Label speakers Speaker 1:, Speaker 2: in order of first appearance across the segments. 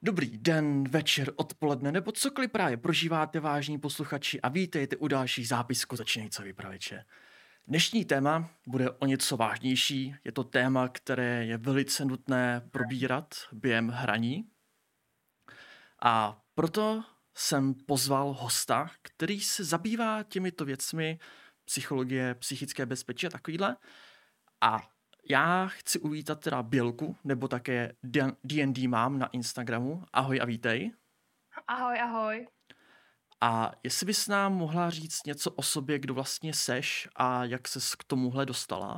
Speaker 1: Dobrý den, večer, odpoledne nebo cokoliv právě prožíváte, vážní posluchači, a vítejte u dalších zápisků začínajícího vypravěče. Dnešní téma bude o něco vážnější. Je to téma, které je velice nutné probírat během hraní. A proto jsem pozval hosta, který se zabývá těmito věcmi, psychologie, psychické bezpečí a takovýhle. A já chci uvítat teda Bělku, nebo také D&D mám na Instagramu. Ahoj a vítej.
Speaker 2: Ahoj, ahoj.
Speaker 1: A jestli bys nám mohla říct něco o sobě, kdo vlastně seš a jak ses k tomuhle dostala?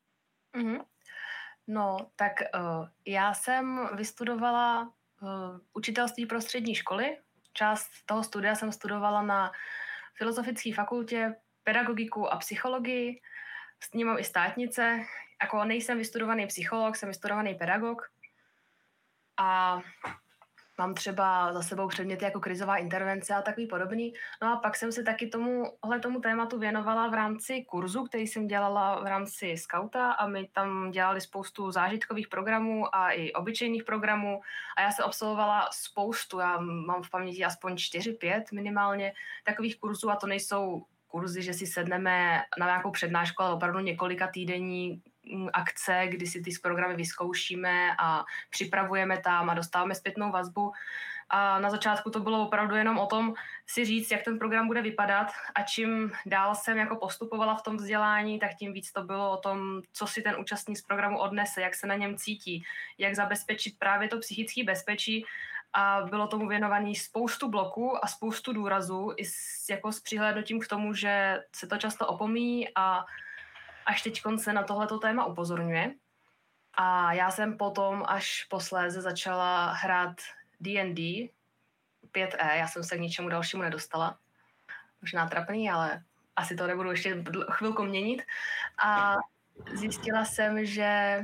Speaker 2: No, tak já jsem vystudovala učitelství pro střední školy. Část toho studia jsem studovala na Filozofické fakultě, pedagogiku a psychologii. S ním mám i státnice. Jako nejsem vystudovaný psycholog, jsem vystudovaný pedagog. A mám třeba za sebou předměty jako krizová intervence a takový podobný. No a pak jsem se taky tomu tématu věnovala v rámci kurzu, který jsem dělala v rámci skauta, a my tam dělali spoustu zážitkových programů a i obyčejných programů a já jsem absolvovala spoustu, já mám v paměti aspoň 4-5 minimálně takových kurzů, a to nejsou kurzy, že si sedneme na nějakou přednášku, ale opravdu několika týdenní akce, kdy si ty programy vyzkoušíme a připravujeme tam a dostáváme zpětnou vazbu. A na začátku to bylo opravdu jenom o tom si říct, jak ten program bude vypadat, a čím dál jsem jako postupovala v tom vzdělání, tak tím víc to bylo o tom, co si ten účastník z programu odnese, jak se na něm cítí, jak zabezpečit právě to psychické bezpečí. A bylo tomu věnovaný spoustu bloků a spoustu důrazů i s přihlédnutím k tomu, že se to často opomíjí a až teď se na tohleto téma upozorňuje. A já jsem potom až posléze začala hrát D&D 5e, já jsem se k ničemu dalšímu nedostala. Možná trapný, ale asi to nebudu ještě chvilku měnit. A zjistila jsem, že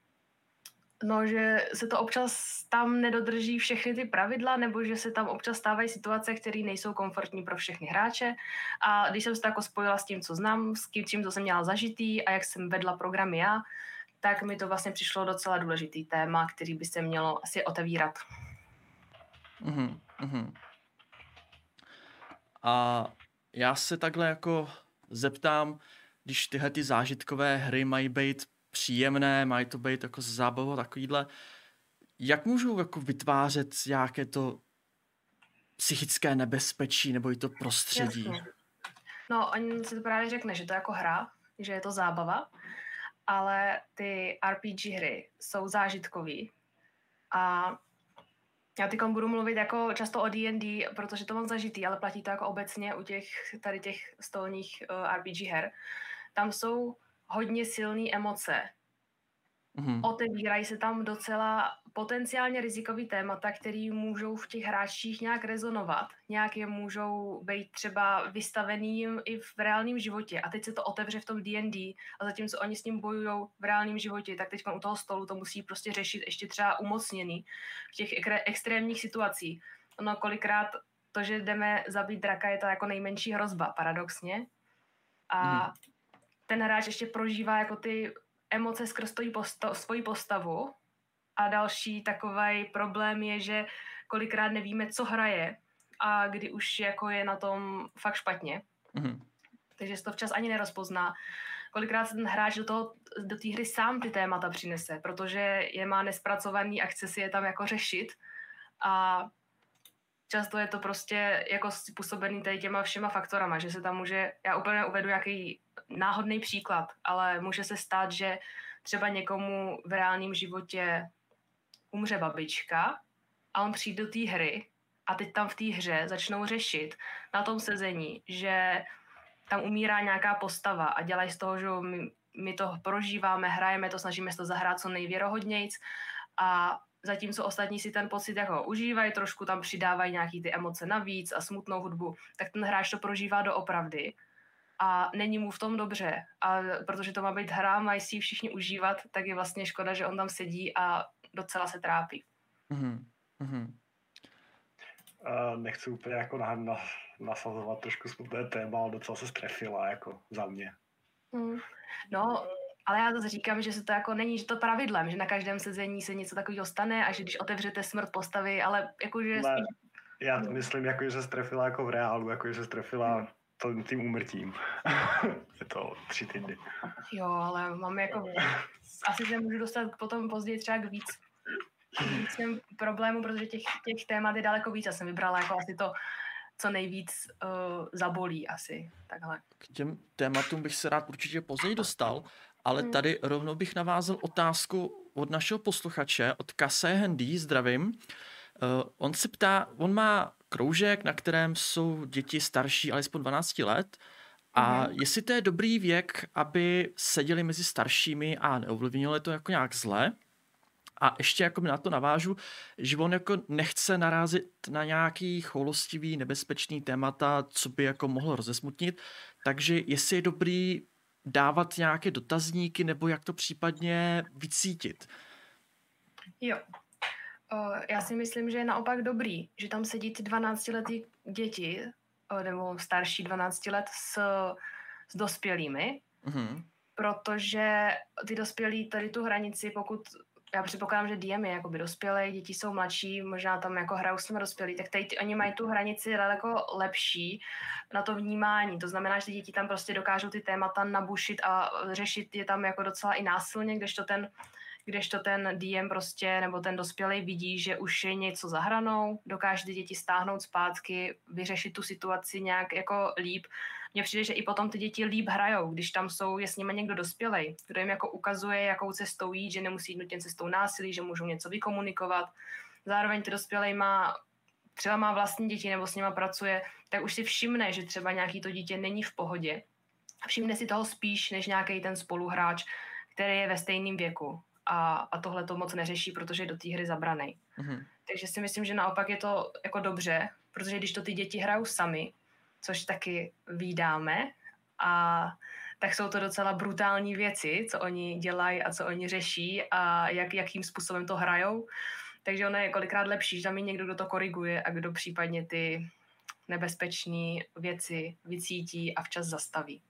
Speaker 2: se to občas tam nedodrží všechny ty pravidla, nebo že se tam občas stávají situace, které nejsou komfortní pro všechny hráče. A když jsem se to jako spojila s tím, co znám, s tím, co jsem měla zažitý a jak jsem vedla programy já, tak mi to vlastně přišlo docela důležitý téma, který by se mělo asi otevírat.
Speaker 1: A já se takhle jako zeptám, když tyhle ty zážitkové hry mají být příjemné, mají to být jako zábava takovýhle, jak můžou jako vytvářet nějaké to psychické nebezpečí nebo i to prostředí?
Speaker 2: Jasně. No, on si to právě řekne, že to je jako hra, že je to zábava, ale ty RPG hry jsou zážitkový. A já teď budu mluvit jako často o D&D, protože to mám zažitý, ale platí to jako obecně u těch stolních RPG her. Tam jsou hodně silné emoce. Otevírají se tam docela potenciálně rizikový témata, který můžou v těch hráčích nějak rezonovat. Nějak je můžou být třeba vystavený i v reálném životě. A teď se to otevře v tom D&D, a zatímco oni s ním bojují v reálném životě, tak teď u toho stolu to musí prostě řešit ještě třeba umocněný v těch extrémních situacích. No, kolikrát to, že jdeme zabít draka, je to jako nejmenší hrozba, paradoxně. A ten hráč ještě prožívá jako ty emoce skrz svoji postavu. A další takovej problém je, že kolikrát nevíme, co hraje a kdy už jako je na tom fakt špatně. Takže se to včas ani nerozpozná. Kolikrát se ten hráč do té hry sám ty témata přinese, protože je má nespracovaný a chce si je tam jako řešit. A často je to prostě jako způsobený tady těma všema faktorama, že se tam může, já úplně uvedu nějaký náhodný příklad, ale může se stát, že třeba někomu v reálném životě umře babička a on přijde do té hry a teď tam v té hře začnou řešit na tom sezení, že tam umírá nějaká postava a dělají z toho, že my to prožíváme, hrajeme to, snažíme se to zahrát co nejvěrohodnějc, a zatímco ostatní si ten pocit jako užívají, trošku tam přidávají nějaký ty emoce navíc a smutnou hudbu, tak ten hráč to prožívá doopravdy a není mu v tom dobře. A protože to má být hra, mají si ji všichni užívat, tak je vlastně škoda, že on tam sedí a docela se trápí.
Speaker 3: Nechci úplně jako nasazovat trošku smutné téma, ale docela se strefila jako za mě.
Speaker 2: No, Ale já zase říkám, že se to jako není, že to pravidlem, že na každém sezení se něco takového stane a že když otevřete smrt postavy, ale jakože...
Speaker 3: Já to myslím, jako, že se strefila jako v reálu, jako, že se strefila tím úmrtím. Je to 3 týdny.
Speaker 2: Jo, ale máme jako... Asi se můžu dostat potom později třeba k víc problémů, protože těch témat je daleko víc. Já jsem vybrala jako asi to, co nejvíc zabolí asi. Takhle.
Speaker 1: K těm tématům bych se rád určitě později dostal, ale tady rovnou bych navázal otázku od našeho posluchače, od Kase Handy, zdravím. On se ptá, on má kroužek, na kterém jsou děti starší alespoň 12 let a jestli to je dobrý věk, aby seděli mezi staršími a neovlivnilo to jako nějak zle. A ještě jako na to navážu, že on jako nechce narazit na nějaký choulostivý, nebezpečný témata, co by jako mohlo rozesmutnit. Takže jestli je dobrý dávat nějaké dotazníky, nebo jak to případně vycítit.
Speaker 2: Jo. Já si myslím, že je naopak dobrý, že tam sedí ty 12letý děti, nebo starší 12 let s dospělými, protože ty dospělí tady tu hranici, pokud já předpokládám, že DM je jakoby dospělej, děti jsou mladší, možná tam jako hrajou s těmi dospělí, tak tady oni mají tu hranici daleko lepší na to vnímání. To znamená, že ty děti tam prostě dokážou ty témata nabušit a řešit je tam jako docela i násilně, kdežto ten DM prostě, nebo ten dospělej vidí, že už je něco za hranou, dokáže ty děti stáhnout zpátky, vyřešit tu situaci nějak jako líp. Mně přijde, že i potom ty děti líp hrajou, když tam je s nimi někdo dospělej, kdo jim jako ukazuje, jakou cestou jít, že nemusí jít nutně cestou násilí, že můžou něco vykomunikovat. Zároveň ty dospělej třeba má vlastní děti nebo s nima pracuje, tak už si všimne, že třeba nějaký to dítě není v pohodě. Všimne si toho spíš, než nějaký ten spoluhráč, který je ve stejném věku. A tohle to moc neřeší, protože je do té hry zabranej. Takže si myslím, že naopak je to jako dobře, protože když to ty děti hrajou sami, což taky vídáme, a tak jsou to docela brutální věci, co oni dělají a co oni řeší a jakým způsobem to hrajou. Takže ono je kolikrát lepší, že tam je někdo, kdo to koriguje a kdo případně ty nebezpečné věci vycítí a včas zastaví.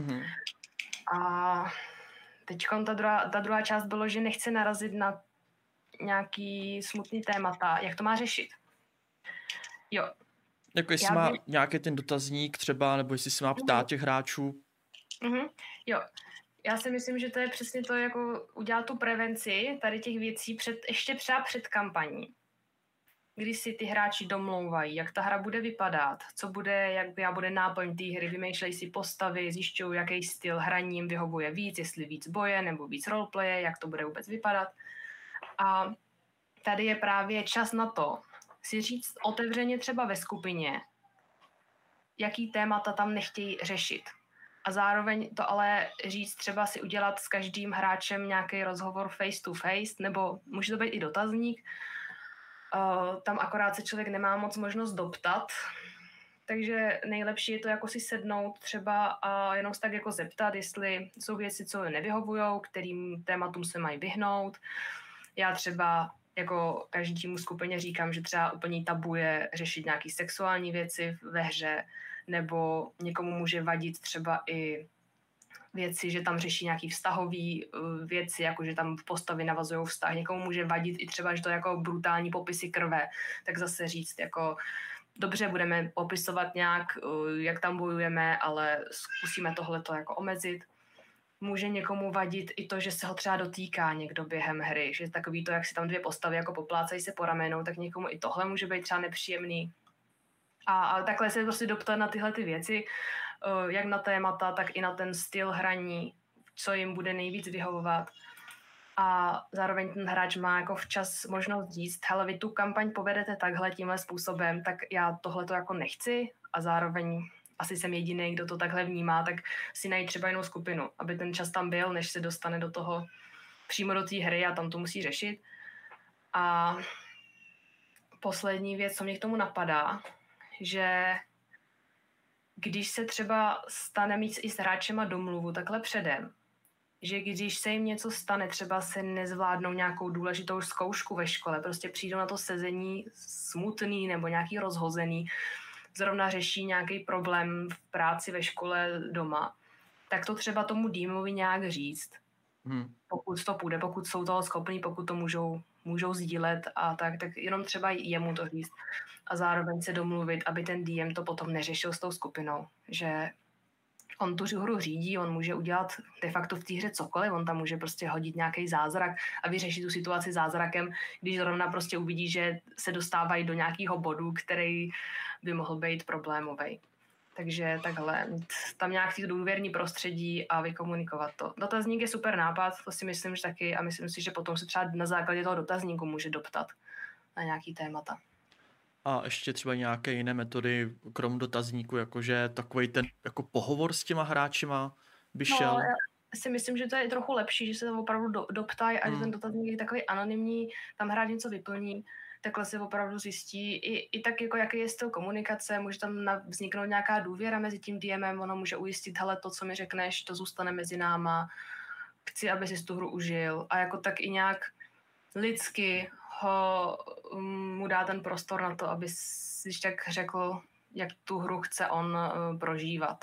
Speaker 2: A teď ta druhá část bylo, že nechce narazit na nějaký smutný témata, jak to má řešit. Jo.
Speaker 1: Jako jestli má nějaký ten dotazník třeba, nebo jestli se má ptát těch hráčů.
Speaker 2: Jo. Já si myslím, že to je přesně to, jako udělat tu prevenci tady těch věcí ještě třeba před kampaní. Kdy si ty hráči domlouvají, jak ta hra bude vypadat, co bude, bude náplň té hry, vymýšlejí si postavy, zjišťují, jaký styl hraní jim vyhovuje víc, jestli víc boje nebo víc roleplaye, jak to bude vůbec vypadat. A tady je právě čas na to si říct otevřeně třeba ve skupině, jaký témata tam nechtějí řešit. A zároveň to ale říct, třeba si udělat s každým hráčem nějaký rozhovor face to face, nebo může to být i dotazník. Tam akorát se člověk nemá moc možnost doptat, takže nejlepší je to jako si sednout třeba a jenom se tak jako zeptat, jestli jsou věci, co nevyhovujou, kterým tématům se mají vyhnout. Já třeba jako každému skupině říkám, že třeba úplně tabu je řešit nějaké sexuální věci ve hře, nebo někomu může vadit třeba i věci, že tam řeší nějaký vztahový věci, jako že tam v postavě navazují vztah. Někomu může vadit i třeba, že to je jako brutální popisy krve, tak zase říct jako dobře, budeme popisovat nějak, jak tam bojujeme, ale zkusíme tohleto jako omezit. Může někomu vadit i to, že se ho třeba dotýká někdo během hry, že takový to, jak si tam dvě postavy jako poplácají se po ramenou, tak někomu i tohle může být třeba nepříjemný. A takhle se prostě doptat na tyhle ty věci, jak na témata, tak i na ten styl hraní, co jim bude nejvíc vyhovovat. A zároveň ten hráč má jako včas možnost říct, hele, vy tu kampaň povedete takhle, tímhle způsobem, tak já tohle to jako nechci a zároveň asi jsem jediný, kdo to takhle vnímá, tak si najít třeba jinou skupinu, aby ten čas tam byl, než se dostane do toho přímo do té hry a tam to musí řešit. A poslední věc, co mě k tomu napadá, že když se třeba stane mít i s hráčema domluvu takhle předem, že když se jim něco stane, třeba se nezvládnou nějakou důležitou zkoušku ve škole, prostě přijdou na to sezení smutný nebo nějaký rozhozený, zrovna řeší nějaký problém v práci ve škole doma, tak to třeba tomu DMovi nějak říct, pokud to půjde, pokud jsou toho schopní, pokud to můžou sdílet a tak jenom třeba jemu to říct a zároveň se domluvit, aby ten DM to potom neřešil s tou skupinou, že on tu hru řídí, on může udělat de facto v té hře cokoliv, on tam může prostě hodit nějaký zázrak a vyřešit tu situaci zázrakem, když zrovna prostě uvidí, že se dostávají do nějakého bodu, který by mohl být problémový. Takže takhle, tam nějaký důvěrný prostředí a vykomunikovat to. Dotazník je super nápad, to si myslím, že taky, a myslím si, že potom se třeba na základě toho dotazníku může doptat na nějaký témata.
Speaker 1: A ještě třeba nějaké jiné metody, krom dotazníku, jakože takovej ten jako pohovor s těma hráčima by šel?
Speaker 2: No, já si myslím, že to je trochu lepší, že se tam opravdu doptají a že ten dotazník je takový anonymní, tam hráč něco vyplní, takhle se opravdu zjistí i tak, jako jaký je styl komunikace, může tam vzniknout nějaká důvěra mezi tím DMem, ono může ujistit, hele, to, co mi řekneš, to zůstane mezi náma, chci, aby si tu hru užil a jako tak i nějak lidsky mu dá ten prostor na to, aby si tak řekl, jak tu hru chce on prožívat.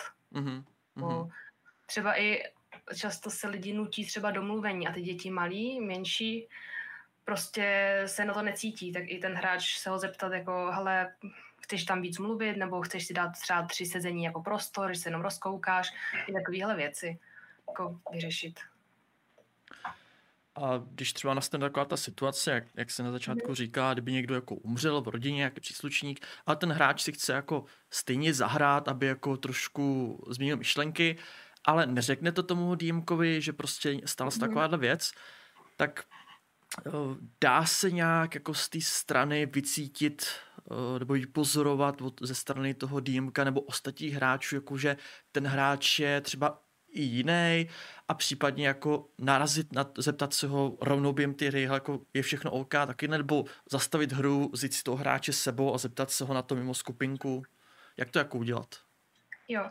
Speaker 2: Třeba i často se lidi nutí třeba domluvení a ty děti malí, menší, prostě se na to necítí, tak i ten hráč se ho zeptat jako, hele, chceš tam víc mluvit, nebo chceš si dát třeba 3 sezení jako prostor, že se jenom rozkoukáš, i takovéhle věci jako vyřešit.
Speaker 1: A když třeba nastane taková ta situace, jak se na začátku říká, kdyby někdo jako umřel v rodině, nějaký příslušník, a ten hráč si chce jako stejně zahrát, aby jako trošku změnil myšlenky, ale neřekne to tomu DMkovi, že prostě stala se takováhle věc, tak dá se nějak jako z té strany vycítit nebo vypozorovat ze strany toho DMka nebo ostatních hráčů, jakože ten hráč je třeba i jiný a případně jako narazit, zeptat se ho rovnou během ty hry, jako je všechno OK, taky nebo zastavit hru, vzít si toho hráče s sebou a zeptat se ho na to mimo skupinku. Jak to jako udělat?
Speaker 2: Jo.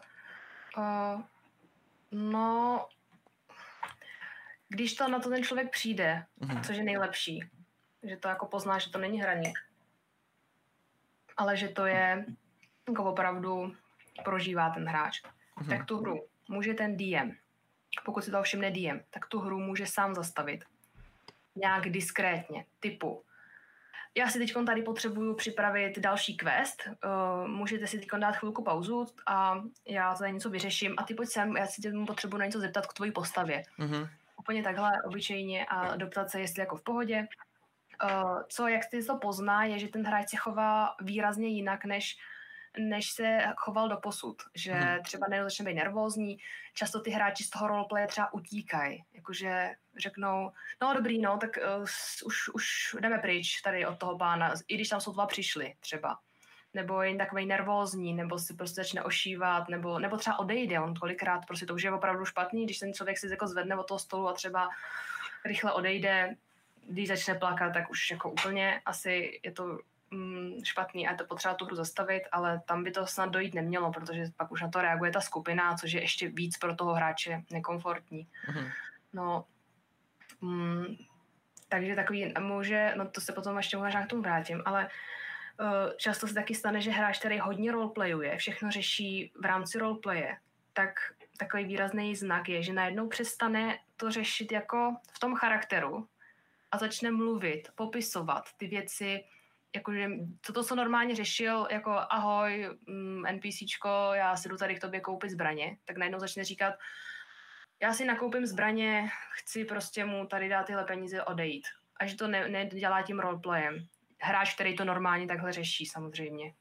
Speaker 2: No, když to na to ten člověk přijde, což je nejlepší, že to jako pozná, že to není hraní, ale že to je jako opravdu prožívá ten hráč, tak tu hru může ten DM, pokud si to všimne DM, tak tu hru může sám zastavit. Nějak diskrétně, typu. Já si teď tady potřebuju připravit další quest, můžete si teď dát chvilku pauzu a já tady něco vyřeším a ty pojď sem, já si tě potřebuju na něco zeptat k tvojí postavě. Úplně takhle obyčejně a doptat se, jestli jako v pohodě. Jak ty to pozná, je, že ten hráč se chová výrazně jinak, než se choval doposud. Že třeba začne být nervózní, často ty hráči z toho roleplaye třeba utíkají. Jakože řeknou, no dobrý, no, tak už jdeme pryč tady od toho pána, i když tam jsou 2 přišli třeba. Nebo je jen takovej nervózní, nebo si prostě začne ošívat, nebo třeba odejde, on kolikrát, prostě to už je opravdu špatný, když ten člověk si jako zvedne od toho stolu a třeba rychle odejde, když začne plakat, tak už jako úplně asi je to špatný a je to potřeba tu hru zastavit, ale tam by to snad dojít nemělo, protože pak už na to reaguje ta skupina, což je ještě víc pro toho hráče nekomfortní. No, takže takový může, no to se potom ještě možná k tomu vrátím, ale často se taky stane, že hráč, který hodně roleplayuje, všechno řeší v rámci roleplaye, tak takový výrazný znak je, že najednou přestane to řešit jako v tom charakteru a začne mluvit, popisovat ty věci, jakože to, co normálně řešil, jako ahoj, NPCčko, já si jdu tady k tobě koupit zbraně, tak najednou začne říkat, já si nakoupím zbraně, chci prostě mu tady dát tyhle peníze odejít. A že to nedělá tím roleplayem. Hráč, který to normálně takhle řeší samozřejmě.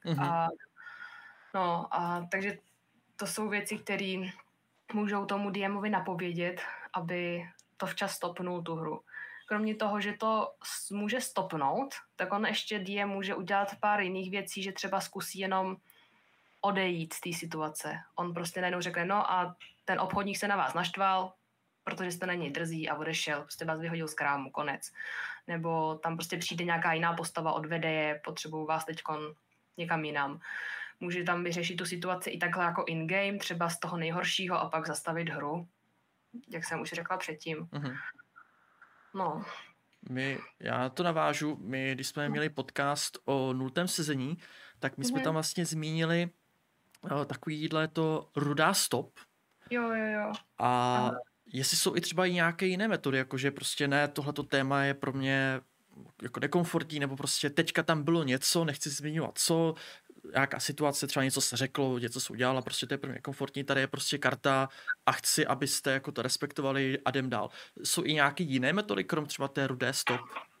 Speaker 2: Takže to jsou věci, které můžou tomu DMovi napovědět, aby to včas stopnul tu hru. Kromě toho, že to může stopnout, tak on ještě DM může udělat pár jiných věcí, že třeba zkusí jenom odejít z té situace. On prostě najednou řekne, no a ten obchodník se na vás naštval, protože jste na něj drzí a odešel, prostě vás vyhodil z krámu, konec. Nebo tam prostě přijde nějaká jiná postava, odvede je, potřebují vás teďkon někam jinam. Může tam vyřešit tu situaci i takhle jako in-game, třeba z toho nejhoršího a pak zastavit hru, jak jsem už řekla předtím. No.
Speaker 1: Já to navážu, když jsme měli podcast o 0. sezení, tak my jsme tam vlastně zmínili takovýhle to rudá stop.
Speaker 2: Jo.
Speaker 1: A Jestli jsou i třeba i nějaké jiné metody, jakože prostě ne, tohleto téma je pro mě jako nekomfortní, nebo prostě teďka tam bylo něco, nechci zmiňovat co, nějaká situace, třeba něco se řeklo, něco se udělala, prostě to je pro mě komfortní, tady je prostě karta a chci, abyste jako to respektovali a jdem dál. Jsou i nějaké jiné metody, krom třeba té rudé stop?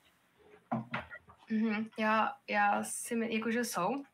Speaker 2: Já si jakože jsou.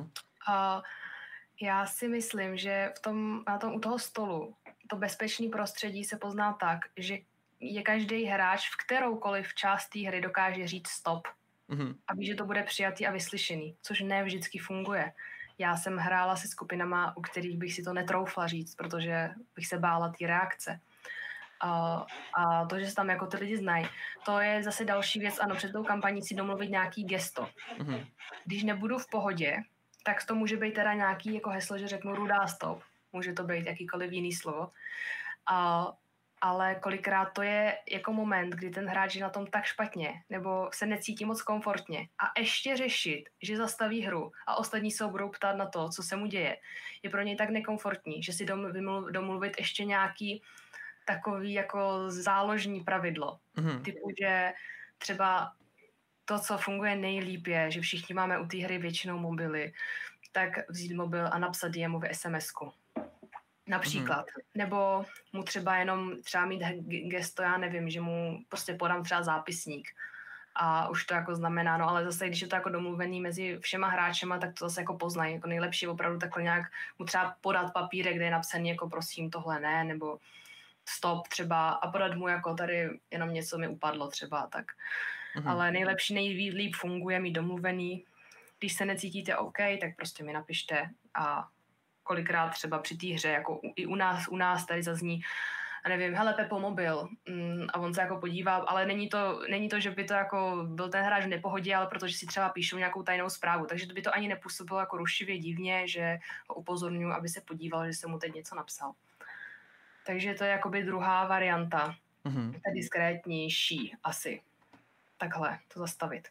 Speaker 2: Já si myslím, že u toho stolu to bezpečný prostředí se pozná tak, že je každý hráč v kteroukoliv část té hry dokáže říct stop. A ví, že to bude přijatý a vyslyšený, což ne vždycky funguje. Já jsem hrála se skupinama, u kterých bych si to netroufla říct, protože bych se bála té reakce. A to, že se tam jako ty lidi znají, to je zase další věc, ano, před tou kampaní si domluvit nějaký gesto. Když nebudu v pohodě, tak to může být teda nějaký jako heslo, že řeknu rudá stop. Může to být jakýkoliv jiný slovo. Ale kolikrát to je jako moment, kdy ten hráč je na tom tak špatně, nebo se necítí moc komfortně a ještě řešit, že zastaví hru a ostatní se budou ptát na to, co se mu děje, je pro něj tak nekomfortní, že si domluvit ještě nějaký takový jako záložní pravidlo. Typu, že třeba to, co funguje nejlíp je, že všichni máme u té hry většinou mobily, tak vzít mobil a napsat jemu SMS-ku. Například. Nebo mu třeba mít gesto, já nevím, že mu prostě podám třeba zápisník. A už to jako znamená, no ale zase, když je to jako domluvený mezi všema hráčema, tak to zase jako poznají. Jako nejlepší opravdu takhle nějak mu třeba podat papírek, kde je napsaný jako prosím tohle ne, nebo stop třeba a podat mu jako tady jenom něco mi upadlo třeba, tak. Ale nejlíp funguje mít domluvený. Když se necítíte OK, tak prostě mi napište a kolikrát třeba při té hře, jako i u nás tady zazní, a nevím, hele Pepo, mobil, a on se jako podívá, ale není to, že by to jako byl ten hráč v nepohodě, ale protože si třeba píšou nějakou tajnou zprávu, takže by to ani nepůsobilo jako rušivě divně, že ho upozorňuji, aby se podíval, že jsem mu teď něco napsal. Takže to je jakoby druhá varianta, ta diskrétnější asi, takhle to zastavit.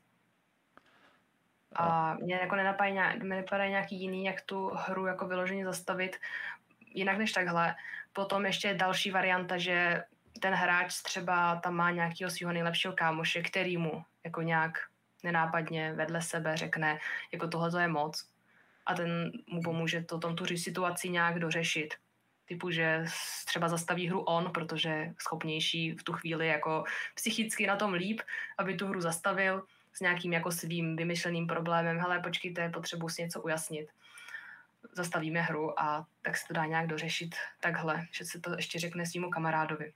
Speaker 2: A mě jako nenapadají nějaký jiný, jak tu hru jako vyloženě zastavit jinak než takhle. Potom ještě další varianta, že ten hráč třeba tam má nějakého svého nejlepšího kámoše, který mu jako nějak nenápadně vedle sebe řekne, jako tohle to je moc. A ten mu pomůže tu situaci nějak dořešit. Typu, že třeba zastaví hru on, protože je schopnější v tu chvíli jako psychicky na tom líp, aby tu hru zastavil s nějakým jako svým vymyšleným problémem. Hele, počkejte, potřebuji si něco ujasnit. Zastavíme hru a tak se to dá nějak dořešit takhle, že se to ještě řekne svýmu kamarádovi.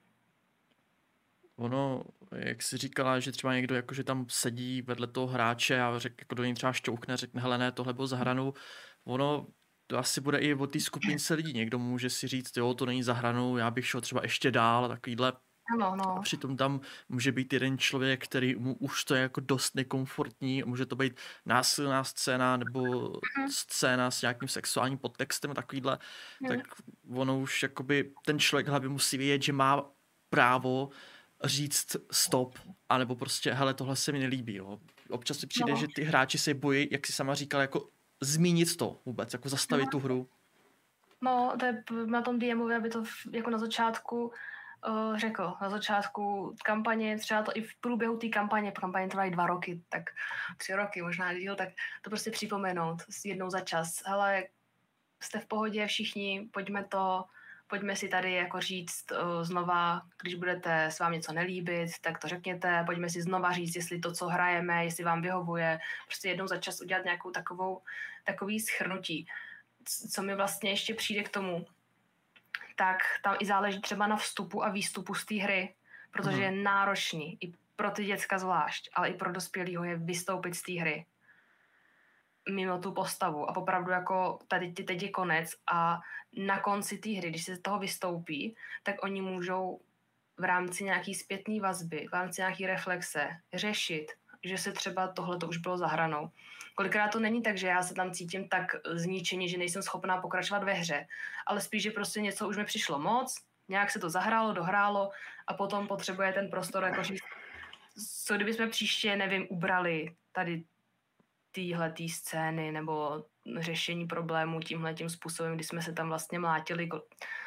Speaker 1: Ono, jak jsi říkala, že třeba někdo jakože tam sedí vedle toho hráče a jako do něj třeba šťouchne, řekne, hele ne, tohle bylo za hranou. Ono to asi bude i o té skupince lidí. Někdo může si říct, jo, to není za hranou, já bych šel třeba ještě dál a takovýhle.
Speaker 2: No.
Speaker 1: A přitom tam může být jeden člověk, který mu už to je jako dost nekomfortní, může to být násilná scéna nebo scéna s nějakým sexuálním podtextem a takovýhle, tak ono už jakoby ten člověk hlavně musí vědět, že má právo říct stop, anebo prostě, hele, tohle se mi nelíbí, jo. Občas mi přijde, že ty hráči se bojí, jak si sama říkala, jako zmínit to vůbec, jako zastavit tu hru.
Speaker 2: No, to je na tom DMovi, aby to jako na začátku řekl. Na začátku kampaně, třeba to i v průběhu té kampaně trvají 2 roky, tak 3 roky, možná díl, tak to prostě připomenout jednou za čas. Hele, jste v pohodě všichni, pojďme si tady jako říct znova, když budete s vám něco nelíbit, tak to řekněte, pojďme si znova říct, jestli to, co hrajeme, jestli vám vyhovuje, prostě jednou za čas udělat nějakou takový shrnutí. Co mi vlastně ještě přijde k tomu, tak tam i záleží třeba na vstupu a výstupu z té hry, protože je náročný, i pro ty děcka zvlášť, ale i pro dospělýho je vystoupit z té hry mimo tu postavu a opravdu jako tady teď je konec a na konci té hry, když se z toho vystoupí, tak oni můžou v rámci nějaký zpětné vazby, v rámci nějaký reflexe řešit, že se třeba tohle to už bylo za hranou. Kolikrát to není tak, že já se tam cítím tak zničeně, že nejsem schopná pokračovat ve hře, ale spíš, že prostě něco už mi přišlo moc, nějak se to zahrálo, dohrálo a potom potřebuje ten prostor jako říct, co kdybychom příště, nevím, ubrali tady týhletý scény nebo řešení problémů tímhletím způsobem, kdy jsme se tam vlastně mlátili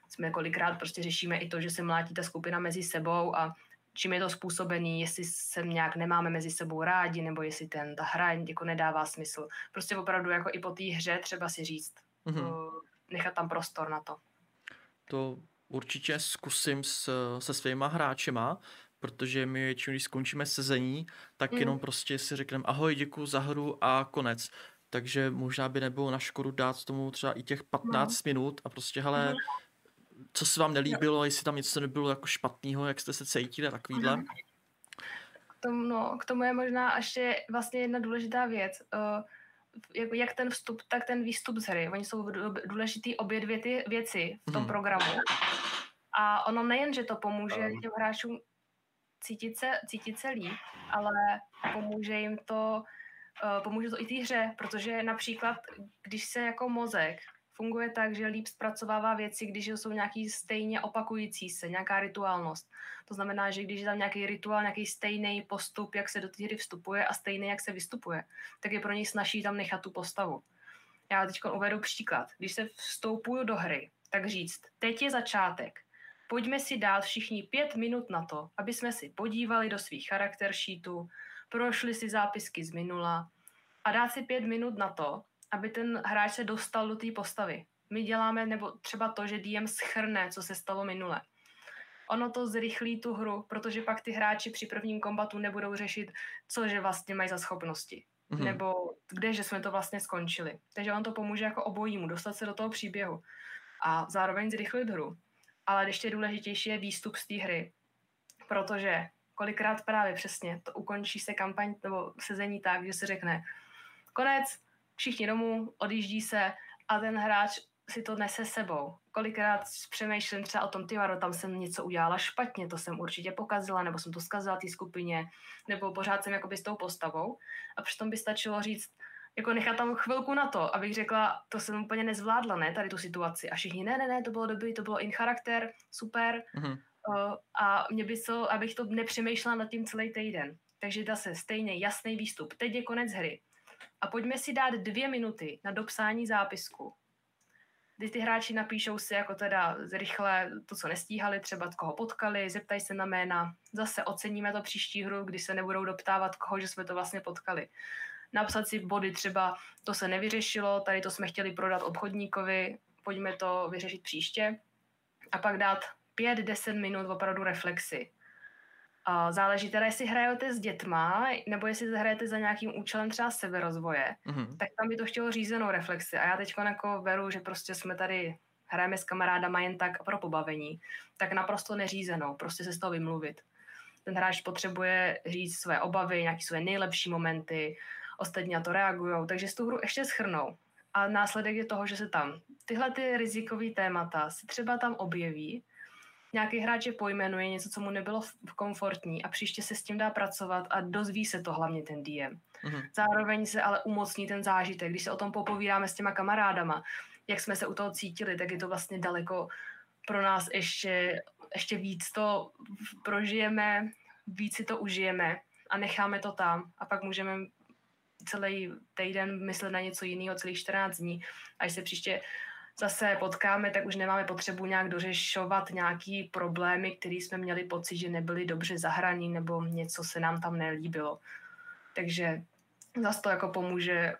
Speaker 2: jsme kolikrát prostě řešíme i to, že se mlátí ta skupina mezi sebou a čím je to způsobený, jestli se nějak nemáme mezi sebou rádi, nebo jestli ta hra jako nedává smysl. Prostě opravdu jako i po té hře třeba si říct, nechat tam prostor na to.
Speaker 1: To určitě zkusím se svýma hráčema, protože my většinou, když skončíme sezení, tak jenom prostě si řekneme ahoj, děkuju za hru a konec. Takže možná by nebylo na škodu dát tomu třeba i těch 15 minut a prostě hele, co se vám nelíbilo, jestli tam něco nebylo jako špatného, jak jste se cítili a takovýhle.
Speaker 2: K tomu je možná ještě vlastně jedna důležitá věc. Jak ten vstup, tak ten výstup z hry. Oni jsou důležitý obě dvě ty věci v tom programu. A ono nejen, že to pomůže těm hráčům cítit se líp, ale pomůže to i té hře, protože například, když se jako mozek funguje tak, že líp zpracovává věci, když jsou nějaký stejně opakující se, nějaká rituálnost. To znamená, že když je tam nějaký rituál, nějaký stejný postup, jak se do té hry vstupuje a stejný, jak se vystupuje, tak je pro něj snazší tam nechat tu postavu. Já teď uvedu příklad. Když se vstoupuju do hry, tak říct, teď je začátek. Pojďme si dát všichni 5 minut na to, aby jsme si podívali do svých charakter sheetů, prošli si zápisky z minula a dát si 5 minut na to, aby ten hráč se dostal do té postavy. My děláme nebo třeba to, že DM shrne, co se stalo minule. Ono to zrychlí tu hru, protože pak ty hráči při prvním kombatu nebudou řešit, cože vlastně mají za schopnosti. Nebo kdeže jsme to vlastně skončili. Takže on to pomůže jako obojímu, dostat se do toho příběhu a zároveň zrychlit hru. Ale ještě důležitější je výstup z té hry, protože kolikrát právě přesně to ukončí se kampaň nebo sezení tak, že se řekne konec, všichni domů, odjíždí se a ten hráč si to nese sebou. Kolikrát přemýšlím třeba o tom, tam jsem něco udělala špatně, to jsem určitě pokazila, nebo jsem to zkazila té skupině, nebo pořád jsem jakoby s tou postavou. A přitom by stačilo říct, jako nechat tam chvilku na to, abych řekla, to jsem úplně nezvládla, ne, tady tu situaci. A všichni, ne, to bylo dobrý, to bylo in charakter, super. A mě by to, abych to nepřemýšlela nad tím celý týden. Takže zase stejný jasný výstup. Teď je konec hry. A pojďme si dát 2 minuty na dopsání zápisku, kdy ty hráči napíšou si jako teda rychle to, co nestíhali, třeba koho potkali, zeptají se na jména, zase oceníme to příští hru, kdy se nebudou doptávat, koho, že jsme to vlastně potkali. Napsat si body třeba, to se nevyřešilo, tady to jsme chtěli prodat obchodníkovi, pojďme to vyřešit příště. A pak dát 5-10 minut opravdu reflexy. A záleží teda, jestli hrajete s dětma, nebo jestli hrajete za nějakým účelem třeba seberozvoje, tak tam by to chtělo řízenou reflexi. A já teď jako beru, že prostě jsme tady, hrajeme s kamarádama jen tak pro pobavení, tak naprosto neřízenou, prostě se z toho vymluvit. Ten hráč potřebuje říct své obavy, nějaké své nejlepší momenty, ostatní na to reagujou, takže z tu hru ještě shrnou. A následek je toho, že se tam tyhle ty rizikové témata se třeba tam objeví, nějaký hráč je pojmenuje, něco, co mu nebylo komfortní a příště se s tím dá pracovat a dozví se to hlavně ten DM. Zároveň se ale umocní ten zážitek, když se o tom popovídáme s těma kamarádama, jak jsme se u toho cítili, tak je to vlastně daleko pro nás ještě víc to prožijeme, víc si to užijeme a necháme to tam a pak můžeme celý týden myslet na něco jiného, celých 14 dní. A když se příště zase potkáme, tak už nemáme potřebu nějak dořešovat nějaký problémy, které jsme měli pocit, že nebyly dobře zahraní nebo něco se nám tam nelíbilo. Takže zase to jako pomůže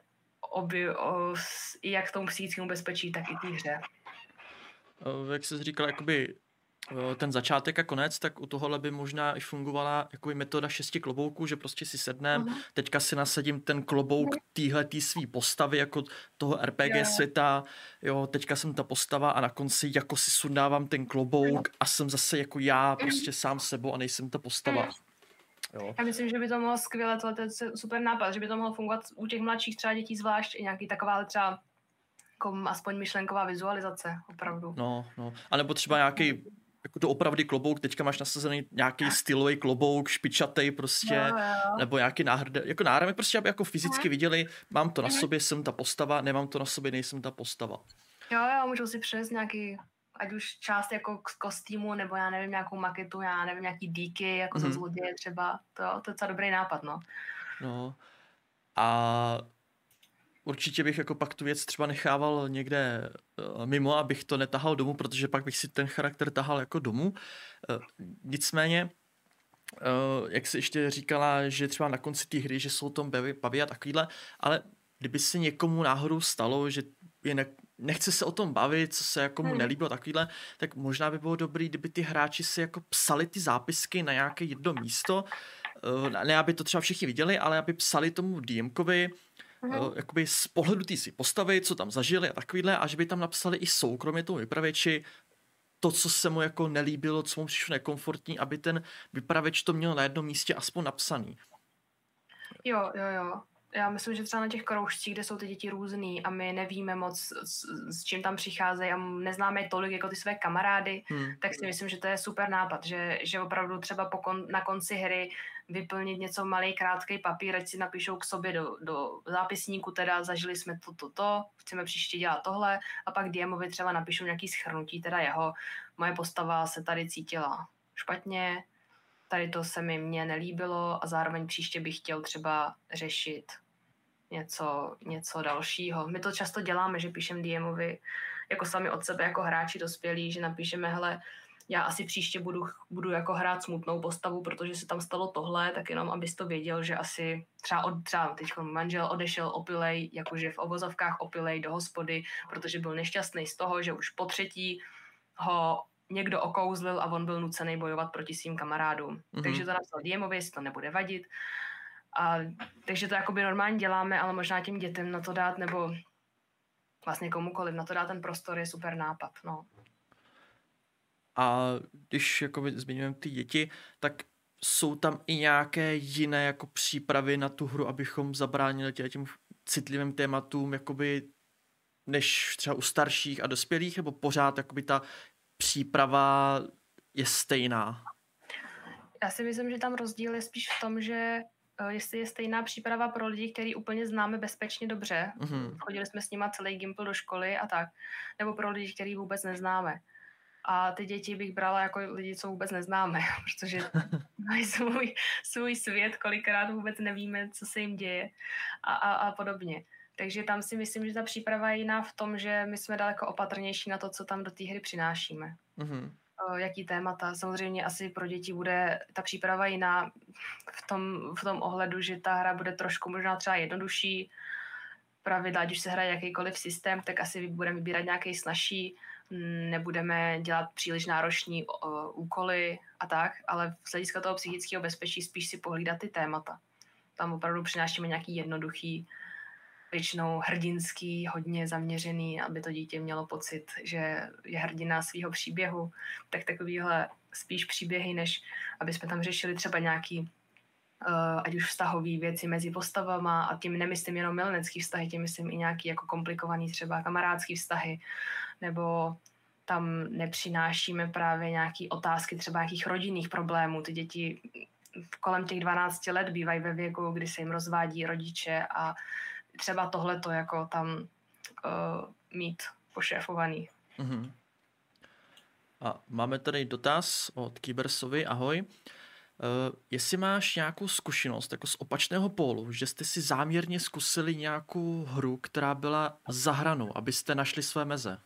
Speaker 2: i jak tomu psychickému bezpečí, tak i té hře.
Speaker 1: Jak jsi říkal, jakoby ten začátek a konec, tak u tohohle by možná i fungovala jakoby metoda 6 klobouků, že prostě si sednem, teďka si nasadím ten klobouk týhletý svý postavy, jako toho RPG světa, jo, teďka jsem ta postava a na konci jako si sundávám ten klobouk a jsem zase jako já, prostě sám sebou a nejsem ta postava. Jo.
Speaker 2: Já myslím, že by to mohlo skvěle, to je super nápad, že by to mohlo fungovat u těch mladších třeba dětí zvlášť, i nějaký taková třeba jako aspoň myšlenková vizualizace, opravdu.
Speaker 1: No. A nebo třeba nějaký jako to opravdu klobouk, teďka máš nasazený nějaký stylový klobouk, špičatej prostě, nebo nějaký náhrady, prostě aby jako fyzicky viděli, mám to na sobě, jsem ta postava, nemám to na sobě, nejsem ta postava.
Speaker 2: Jo, můžu si přes nějaký, ať už část jako z kostýmu, nebo já nevím, nějakou maketu, já nevím, nějaký díky, jako za zloděje třeba, to je docela dobrý nápad, no.
Speaker 1: No, a určitě bych jako pak tu věc třeba nechával někde mimo, abych to netahal domů, protože pak bych si ten charakter tahal jako domů. Nicméně, jak jsi ještě říkala, že třeba na konci té hry, že jsou tom baví a takovýhle, ale kdyby se někomu náhodou stalo, že nechce se o tom bavit, co se jako mu nelíbilo takovýhle, tak možná by bylo dobrý, kdyby ty hráči si jako psali ty zápisky na nějaké jedno místo, ne aby to třeba všichni viděli, ale aby psali tomu DMkovi jakoby z pohledu té si postavy, co tam zažili a takovýhle, a že by tam napsali i soukromě tomu vypravěči to, co se mu jako nelíbilo, co mu přišlo nekomfortní, aby ten vypravěč to měl na jednom místě aspoň napsaný.
Speaker 2: Jo. Já myslím, že třeba na těch kroužcích, kde jsou ty děti různý a my nevíme moc, s čím tam přicházejí a neznáme je tolik jako ty své kamarády, tak si myslím, že to je super nápad, že opravdu třeba na konci hry vyplnit něco malý, krátký papír, ať si napíšou k sobě do zápisníku, teda zažili jsme to, chceme příště dělat tohle, a pak DMovi třeba napíšou nějaký shrnutí, teda moje postava se tady cítila špatně, tady to se mně nelíbilo a zároveň příště bych chtěl třeba řešit něco dalšího. My to často děláme, že píšeme DMovi jako sami od sebe, jako hráči dospělí, že napíšeme, hele, já asi příště budu jako hrát smutnou postavu, protože se tam stalo tohle, tak jenom abys to věděl, že asi třeba teď manžel odešel opilej, jakože v obozovkách opilej do hospody, protože byl nešťastný z toho, že už po třetí ho někdo okouzlil a on byl nucený bojovat proti svým kamarádům. Takže to napsal DMovi, jestli to nebude vadit. Takže to jakoby normálně děláme, ale možná těm dětem na to dát, nebo vlastně komukoliv na to dát ten prostor je super nápad. No.
Speaker 1: A když jakoby zmiňujeme ty děti, tak jsou tam i nějaké jiné jako přípravy na tu hru, abychom zabránili těm citlivým tématům, jakoby než třeba u starších a dospělých, nebo pořád jakoby ta příprava je stejná?
Speaker 2: Já si myslím, že tam rozdíl je spíš v tom, že jestli je stejná příprava pro lidi, který úplně známe bezpečně dobře, chodili jsme s nima celý Gimpl do školy a tak, nebo pro lidi, který vůbec neznáme. A ty děti bych brala jako lidi, co vůbec neznáme, protože mají svůj svět, kolikrát vůbec nevíme, co se jim děje a podobně. Takže tam si myslím, že ta příprava je jiná v tom, že my jsme daleko opatrnější na to, co tam do té hry přinášíme. Jaký témata. Samozřejmě asi pro děti bude ta příprava jiná v tom ohledu, že ta hra bude trošku možná třeba jednodušší. Pravidla, když se hraje jakýkoliv systém, tak asi budeme vybírat nějaký snazší, nebudeme dělat příliš náročný úkoly a tak, ale z hlediska toho psychického bezpečí spíš si pohlídat ty témata. Tam opravdu přinášíme nějaký jednoduchý, většinou hrdinský, hodně zaměřený, aby to dítě mělo pocit, že je hrdina svého příběhu, tak takovýhle spíš příběhy, než aby jsme tam řešili třeba nějaký ať už vztahový věci mezi postavama, a tím nemyslím jenom milenecký vztahy, tím myslím i nějaký jako komplikovaný třeba kamarádský vztahy, nebo tam nepřinášíme právě nějaký otázky třeba nějakých rodinných problémů. Ty děti kolem těch 12 let bývají ve věku, kdy se jim rozvádí rodiče, a třeba tohleto jako tam mít pošéfovaný.
Speaker 1: A máme tady dotaz od Kybersovi. Ahoj. Jestli máš nějakou zkušenost jako z opačného pólu, že jste si záměrně zkusili nějakou hru, která byla za hranou, abyste našli své meze?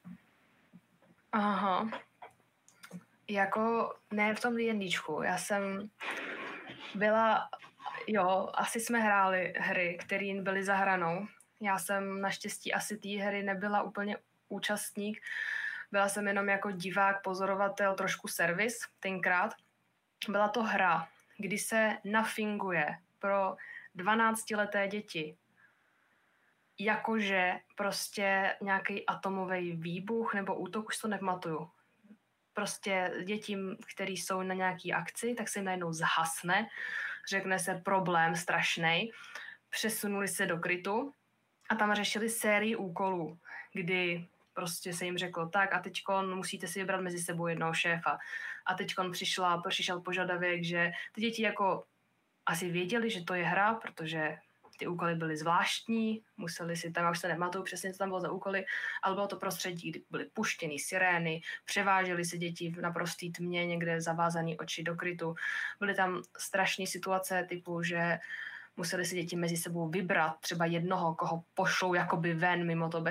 Speaker 2: Aha. Jako ne v tom D&Dčku. Já jsem byla, asi jsme hráli hry, které byly za hranou. Já jsem naštěstí asi té hry nebyla úplně účastník. Byla jsem jenom jako divák, pozorovatel, trošku servis tenkrát. Byla to hra, kdy se nafinguje pro 12leté děti jakože prostě nějaký atomový výbuch nebo útok, už to nepamatuju. Prostě dětím, který jsou na nějaký akci, tak se jim najednou zhasne, řekne se problém strašnej, přesunuli se do krytu a tam řešili sérii úkolů, kdy prostě se jim řeklo, tak a teďkon musíte si vybrat mezi sebou jednoho šéfa. A teďkon přišel požadavek, že ty děti jako asi věděli, že to je hra, protože ty úkoly byly zvláštní, museli si tam, já už se nematuju přesně, co tam bylo za úkoly, ale bylo to prostředí, kdy byly puštěny sirény, převážely se děti v naprostý tmě, někde zavázaný oči do krytu. Byly tam strašné situace typu, že museli si děti mezi sebou vybrat třeba jednoho, koho pošlou jakoby ven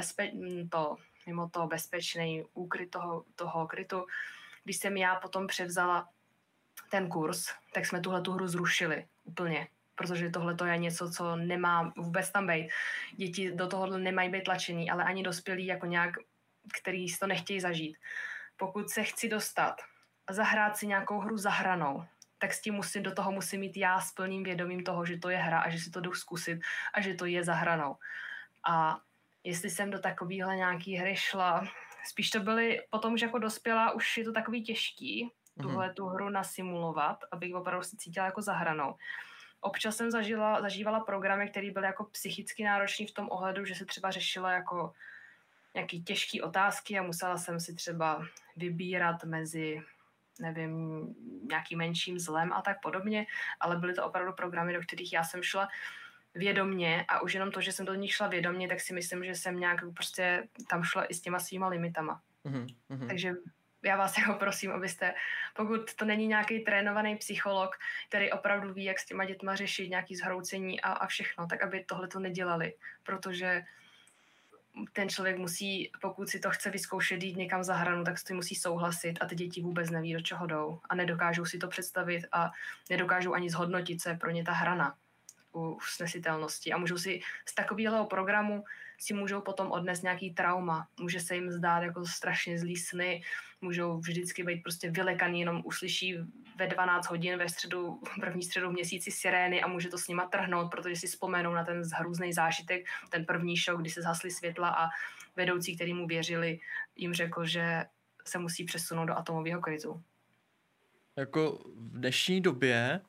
Speaker 2: mimo to bezpečný úkryt toho krytu. Když jsem já potom převzala ten kurz, tak jsme tu hru zrušili úplně, protože tohle je něco, co nemá vůbec tam být. Děti do tohohle nemají být tlačený, ale ani dospělí jako nějak, který si to nechtějí zažít. Pokud se chci dostat a zahrát si nějakou hru za hranou, tak s tím do toho musím mít já s plným vědomím toho, že to je hra a že si to jdu zkusit a že to je za hranou. A jestli jsem do takovéhle nějaký hry šla, spíš to byly potom, že jako dospělá už je to takový těžký, tu hru nasimulovat, abych opravdu si cítila jako za hranou. Občas jsem zažívala programy, které byly jako psychicky náročné v tom ohledu, že se třeba řešilo jako nějaký těžké otázky a musela jsem si třeba vybírat mezi, nevím, nějakým menším zlem a tak podobně, ale byly to opravdu programy, do kterých já jsem šla vědomně a už jenom to, že jsem do nich šla vědomně, tak si myslím, že jsem nějak prostě tam šla i s těma svýma limitama. Takže já vás jako prosím, abyste, pokud to není nějaký trénovaný psycholog, který opravdu ví, jak s těma dětma řešit nějaký zhroucení a všechno, tak aby tohle to nedělali, protože ten člověk musí, pokud si to chce vyzkoušet jít někam za hranu, tak s tím musí souhlasit a ty děti vůbec neví, do čeho jdou a nedokážou si to představit a nedokážou ani zhodnotit, co je pro ně ta hrana u snesitelnosti a můžou si z takového programu si můžou potom odnést nějaký trauma. Může se jim zdát jako strašně zlý sny, můžou vždycky být prostě vylekaný, jenom uslyší ve 12 hodin první středu v měsíci sirény a může to s nima trhnout, protože si vzpomenou na ten hrůzný zážitek, ten první šok, kdy se zhasly světla a vedoucí, který mu věřili, jim řekl, že se musí přesunout do atomového krytu.
Speaker 1: Jako v dnešní době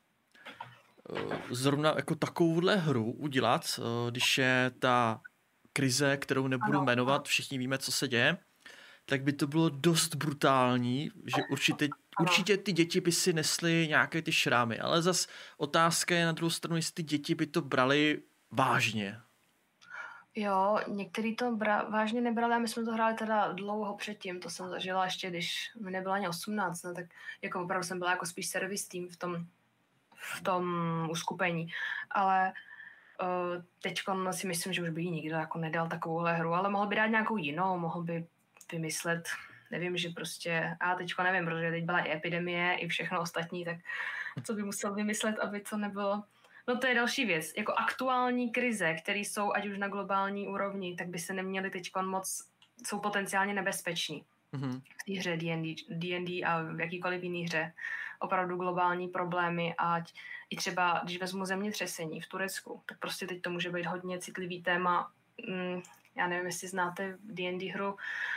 Speaker 1: zrovna jako takovouhle hru udělat, když je ta krize, kterou nebudu jmenovat, všichni víme, co se děje, tak by to bylo dost brutální, že určitě ty děti by si nesly nějaké ty šrámy, ale zas otázka je na druhou stranu, jestli ty děti by to brali vážně.
Speaker 2: Jo, některý to vážně nebrali a my jsme to hráli teda dlouho předtím, to jsem zažila ještě, když mi nebyla ani 18, no, tak jako opravdu jsem byla jako spíš servis tým v tom uskupení, ale teďko si myslím, že už by jí nikdo jako nedal takovouhle hru, ale mohl by dát nějakou jinou, mohl by vymyslet, nevím, že prostě, a teďko nevím, protože teď byla i epidemie, i všechno ostatní, tak co by musel vymyslet, aby to nebylo. No to je další věc, jako aktuální krize, které jsou ať už na globální úrovni, tak by se neměly teďko moc, jsou potenciálně nebezpeční. V té hře D&D a v jakýkoliv jiný hře. Opravdu globální problémy, ať i třeba, když vezmu zemětřesení v Turecku, tak prostě teď to může být hodně citlivý téma. Já nevím, jestli znáte D&D hru,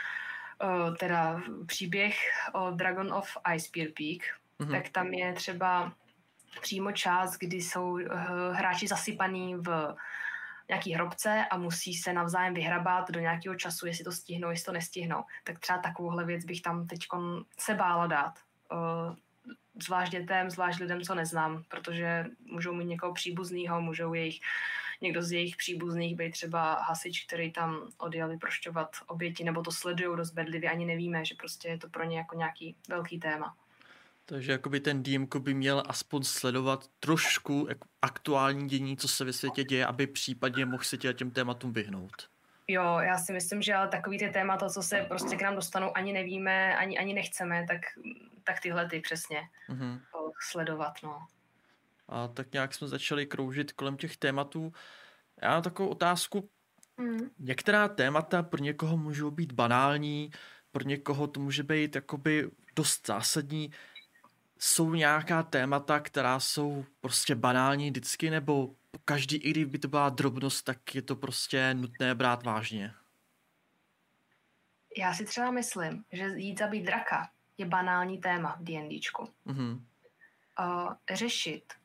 Speaker 2: teda příběh o Dragon of Icepear Peak, tak tam je třeba přímo část, kdy jsou hráči zasypaný v nějaký hrobce a musí se navzájem vyhrabat do nějakého času, jestli to stihnou, jestli to nestihnou. Tak třeba takovouhle věc bych tam teď se bála dát. Zvlášť dětem, zvlášť lidem, co neznám, protože můžou mít někoho příbuznýho, někdo z jejich příbuzných být třeba hasič, který tam odjel vyprošťovat oběti, nebo to sledujou dost bedlivě, ani nevíme, že prostě je to pro ně jako nějaký velký téma.
Speaker 1: Takže jakoby ten DMko by měl aspoň sledovat trošku aktuální dění, co se ve světě děje, aby případně mohl se těm tématům vyhnout.
Speaker 2: Jo, já si myslím, že ale takový ty témata, co se prostě k nám dostanou, ani nevíme, ani nechceme, tak tyhle ty přesně sledovat, no.
Speaker 1: A tak nějak jsme začali kroužit kolem těch tématů. Já mám takovou otázku. Některá témata pro někoho můžou být banální, pro někoho to může být jakoby dost zásadní. Jsou nějaká témata, která jsou prostě banální vždycky, nebo každý, i kdyby to byla drobnost, tak je to prostě nutné brát vážně?
Speaker 2: Já si třeba myslím, že jít zabít draka je banální téma v D&Dčku. Řešit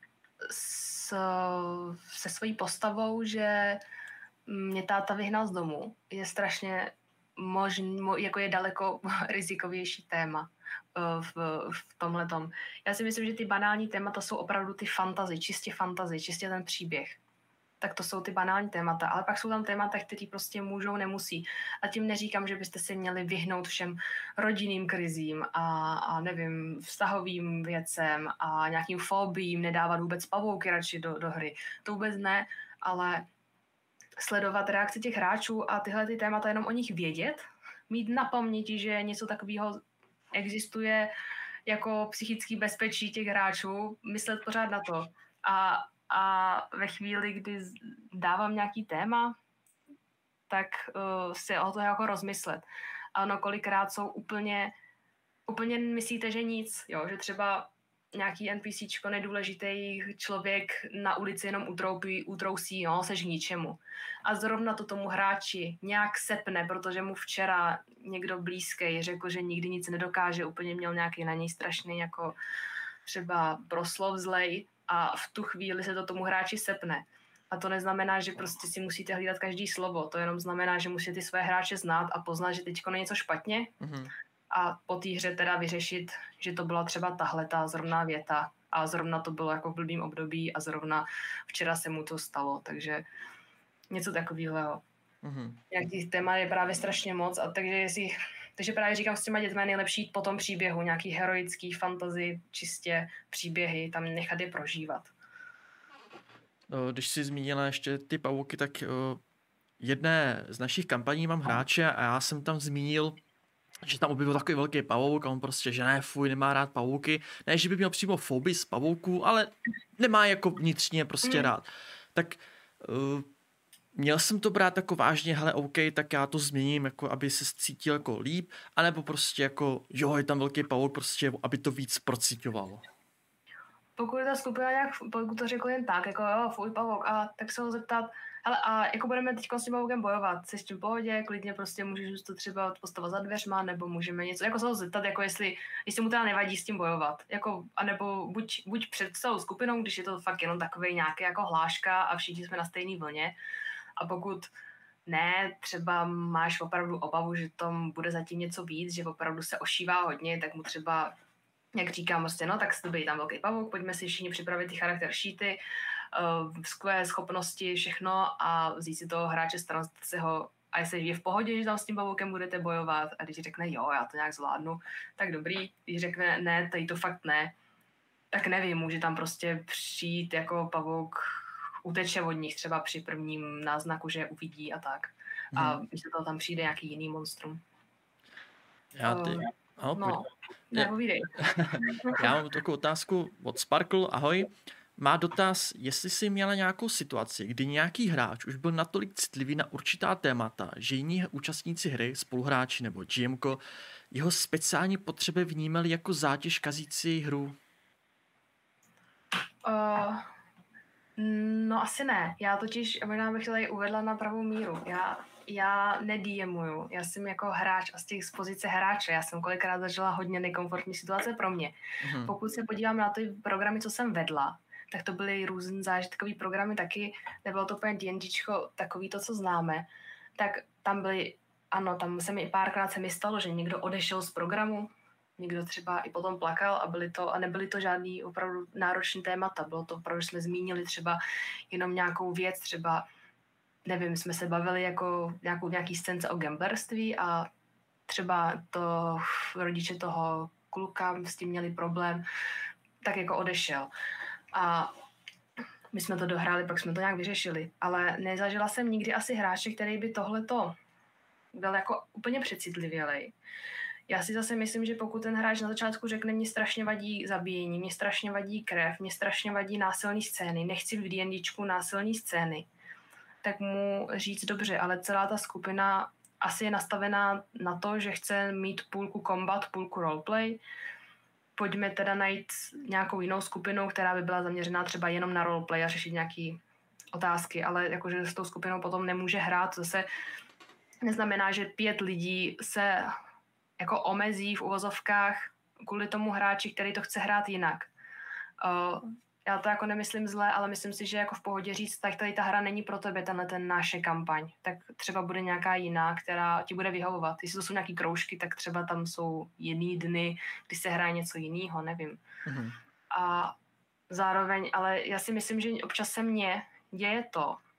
Speaker 2: se svojí postavou, že mě táta vyhnal z domu, je strašně jako je daleko rizikovější téma v tomhletom. Já si myslím, že ty banální témata jsou opravdu ty čistě fantasy, čistě ten příběh. tak to jsou ty banální témata, ale pak jsou tam témata, které prostě můžou, nemusí. A tím neříkám, že byste si měli vyhnout všem rodinným krizím a nevím, vztahovým věcem a nějakým fobím, nedávat vůbec pavouky radši do hry. To vůbec ne, ale sledovat reakci těch hráčů a tyhle ty témata jenom o nich vědět, mít na paměti, že něco takového existuje jako psychický bezpečí těch hráčů, myslet pořád na to. A ve chvíli, kdy dávám nějaký téma, tak si o to jako rozmyslet. Ano, kolikrát jsou úplně myslíte, že nic, jo, že třeba nějaký NPCčko nedůležitý člověk na ulici jenom utrousí, no, seš k ničemu. A zrovna to tomu hráči nějak sepne, protože mu včera někdo blízký řekl, že nikdy nic nedokáže, úplně měl nějaký na něj strašný jako třeba proslov zlej a v tu chvíli se to tomu hráči sepne. A to neznamená, že prostě si musíte hlídat každý slovo, to jenom znamená, že musíte ty své hráče znát a poznat, že teďko je něco špatně. A po té hře teda vyřešit, že to byla třeba tahleta zrovna věta a zrovna to bylo jako v blbým období a zrovna včera se mu to stalo, takže něco takového. Nějaký téma je právě strašně moc a takže právě říkám, s těma dětmi je nejlepší jít po tom příběhu, nějaký heroický fantasy, čistě příběhy, tam nechat je prožívat.
Speaker 1: Když jsi zmínila ještě ty pavouky, tak jedné z našich kampaní mám hráče a já jsem tam zmínil, že tam objevil takový velký pavouk a on prostě, že ne, fuj, nemá rád pavouky. Ne, že by měl přímo fobii z pavouků, ale nemá jako vnitřně prostě rád. Tak měl jsem to brát jako vážně, hele, OK, tak já to změním, jako aby se cítil jako líp, anebo prostě jako, jo, je tam velký pavouk, prostě, aby to víc procíťovalo.
Speaker 2: Pokud ta skupina nějak, pokud to řekl jen tak, jako jo, fuj, pavouk, a tak se ho zeptat, hele, a jako budeme teď s tím pavoukem bojovat, jsi s tím v pohodě, klidně prostě můžeš to třeba postavit za dveřma, nebo můžeme něco, jako se ho zeptat, jako jestli mu teda nevadí s tím bojovat, jako, anebo buď před celou skupinou, když je to fakt jenom takovej nějaký jako hláška a všichni jsme na stejné vlně, a pokud ne, třeba máš opravdu obavu, že tam bude zatím něco víc, že opravdu se ošívá hodně, tak mu třeba, jak říkám, prostě, no, tak to bude tam velký pavouk, pojďme si všichni připravit ty charakter sheety, skvělé schopnosti, všechno a vzít si toho hráče stran se ho, a jestli je v pohodě, že tam s tím pavoukem budete bojovat a když řekne jo, já to nějak zvládnu, tak dobrý, když řekne ne, tady to fakt ne, tak nevím, může tam prostě přijít jako pavouk, uteče od nich třeba při prvním náznaku, že je uvidí a tak. A místo toho tam přijde nějaký jiný monstrum. Nepovídej.
Speaker 1: Já mám takovou otázku od Sparkle, ahoj. Má dotaz, jestli jsi měla nějakou situaci, kdy nějaký hráč už byl natolik citlivý na určitá témata, že jiní účastníci hry, spoluhráči nebo GMko, jeho speciální potřeby vnímali jako zátěž kazící hru?
Speaker 2: No asi ne. Já totiž, možná bych tady uvedla na pravou míru. Já nediemuju. Já jsem jako hráč a z pozice hráče. Já jsem kolikrát zažila hodně nekomfortní situace pro mě. Pokud se podívám na ty programy, co jsem vedla, tak to byly různý zážitkový programy taky. Nebylo to úplně D&Dčko takový to, co známe. Tak tam byly, ano, tam párkrát se mi stalo, že někdo odešel z programu, někdo třeba i potom plakal a nebyly to žádný opravdu náročný témata. Bylo to opravdu, že jsme zmínili třeba jenom nějakou věc, třeba nevím, jsme se bavili jako nějaký scénce o gamblerství a třeba to rodiče toho kluka s tím měli problém, tak jako odešel. A my jsme to dohráli, pak jsme to nějak vyřešili. Ale nezažila jsem nikdy asi hráče, který by tohleto byl jako úplně přecitlivělej. Já si zase myslím, že pokud ten hráč na začátku řekne, mě strašně vadí zabíjení, mě strašně vadí krev, mě strašně vadí násilné scény, nechci v D&Dčku násilné scény, tak mu říct dobře, ale celá ta skupina asi je nastavená na to, že chce mít půlku combat, půlku roleplay. Pojďme teda najít nějakou jinou skupinu, která by byla zaměřená třeba jenom na roleplay a řešit nějaké otázky, ale jakože s tou skupinou potom nemůže hrát. Zase neznamená, že 5 lidí se jako omezí v uvozovkách kvůli tomu hráči, který to chce hrát jinak. Já to jako nemyslím zle, ale myslím si, že jako v pohodě říct, tak tady ta hra není pro tebe, ten naše kampaň. Tak třeba bude nějaká jiná, která ti bude vyhovovat. Jestli to jsou nějaký kroužky, tak třeba tam jsou jiný dny, kdy se hraje něco jiného, nevím. A zároveň, ale já si myslím, že občas se mně děje to,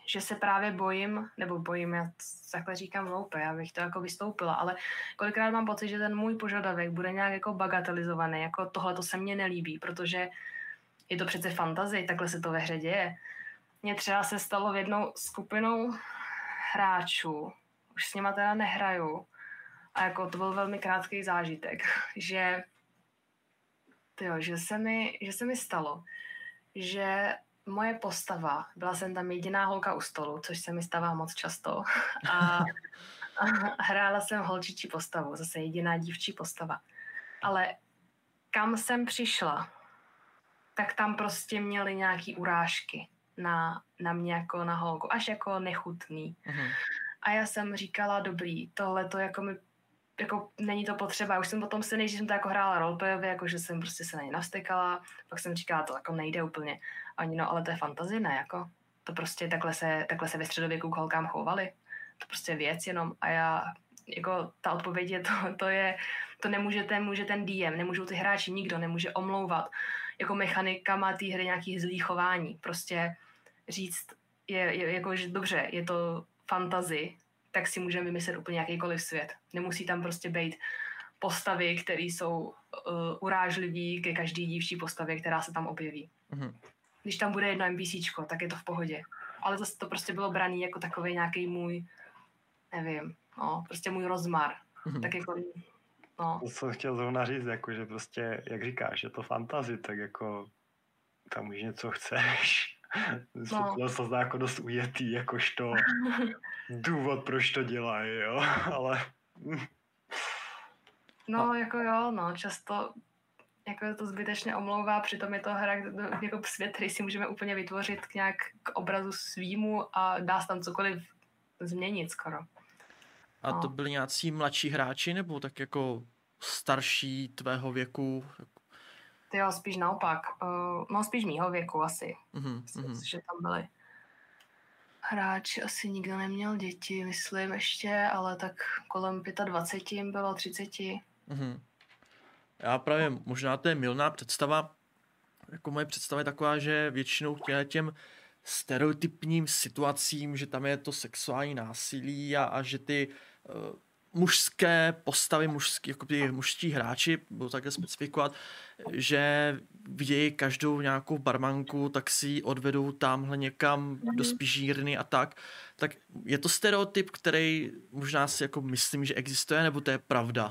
Speaker 2: že se právě bojím, já takhle říkám hloupě, já bych to jako vystoupila, ale kolikrát mám pocit, že ten můj požadavek bude nějak jako bagatelizovaný, jako tohle to se mně nelíbí, protože je to přece fantazie, takhle se to ve hře děje. Mně třeba se stalo v jednou skupinou hráčů, už s nima teda nehraju, a jako to byl velmi krátký zážitek, že se mi stalo, že moje postava, byla jsem tam jediná holka u stolu, což se mi stává moc často, a hrála jsem holčičí postavu, zase jediná dívčí postava. Ale kam jsem přišla, tak tam prostě měli nějaký urážky na mě jako na holku, až jako nechutný. Uh-huh. A já jsem říkala, dobrý, tohle to jako není to potřeba. Už jsem potom nejdřív jsem to jako hrála roleplayově, jako že jsem prostě se na ně navstekala, pak jsem říkala, to jako nejde úplně. Ani no, ale to je fantazie, ne, jako. To prostě takhle se ve středověku k holkám chovali. To prostě je věc jenom. A já, jako ta odpověď je to nemůže ten DM, nemůžou ty hráči, nikdo nemůže omlouvat jako mechanikama té hry nějaký zlý chování. Prostě říct, je jako, že dobře, je to fantazie, tak si můžeme vymyslet úplně jakýkoliv svět. Nemusí tam prostě být postavy, které jsou urážlivý ke každý dívčí postavě, která se tam objeví. Mm-hmm. Když tam bude jedno NPCčko, tak je to v pohodě. Ale zase to prostě bylo braný jako takový nějaký můj, nevím, no, prostě můj rozmar. Mm-hmm. Tak jako, no.
Speaker 3: To jsem chtěl zrovna říct, jako, že prostě, jak říkáš, je to fantazie, tak jako tam už něco chceš. To se zdá jako dost ujetý, jakožto důvod, proč to dělají, jo, ale...
Speaker 2: No, jako jo, no, často jako to zbytečně omlouvá, přitom je to hra jako svět, který si můžeme úplně vytvořit k obrazu svýmu a dá se tam cokoliv změnit skoro.
Speaker 1: A to byli nějací mladší hráči, nebo tak jako starší tvého věku?
Speaker 2: Jo, spíš naopak. No, spíš mýho věku asi. Myslím, že tam byli hráči, asi nikdo neměl děti, myslím ještě, ale tak kolem 25 jim bylo, 30.
Speaker 1: Já právě, možná to je mylná představa, jako moje představa je taková, že většinou těm stereotypním situacím, že tam je to sexuální násilí a že ty mužské postavy, mužští hráči, budou takhle specifikovat, že vidějí každou nějakou barmanku, tak si ji odvedou tamhle někam do spižírny a tak. Tak je to stereotyp, který možná si jako myslím, že existuje, nebo to je pravda?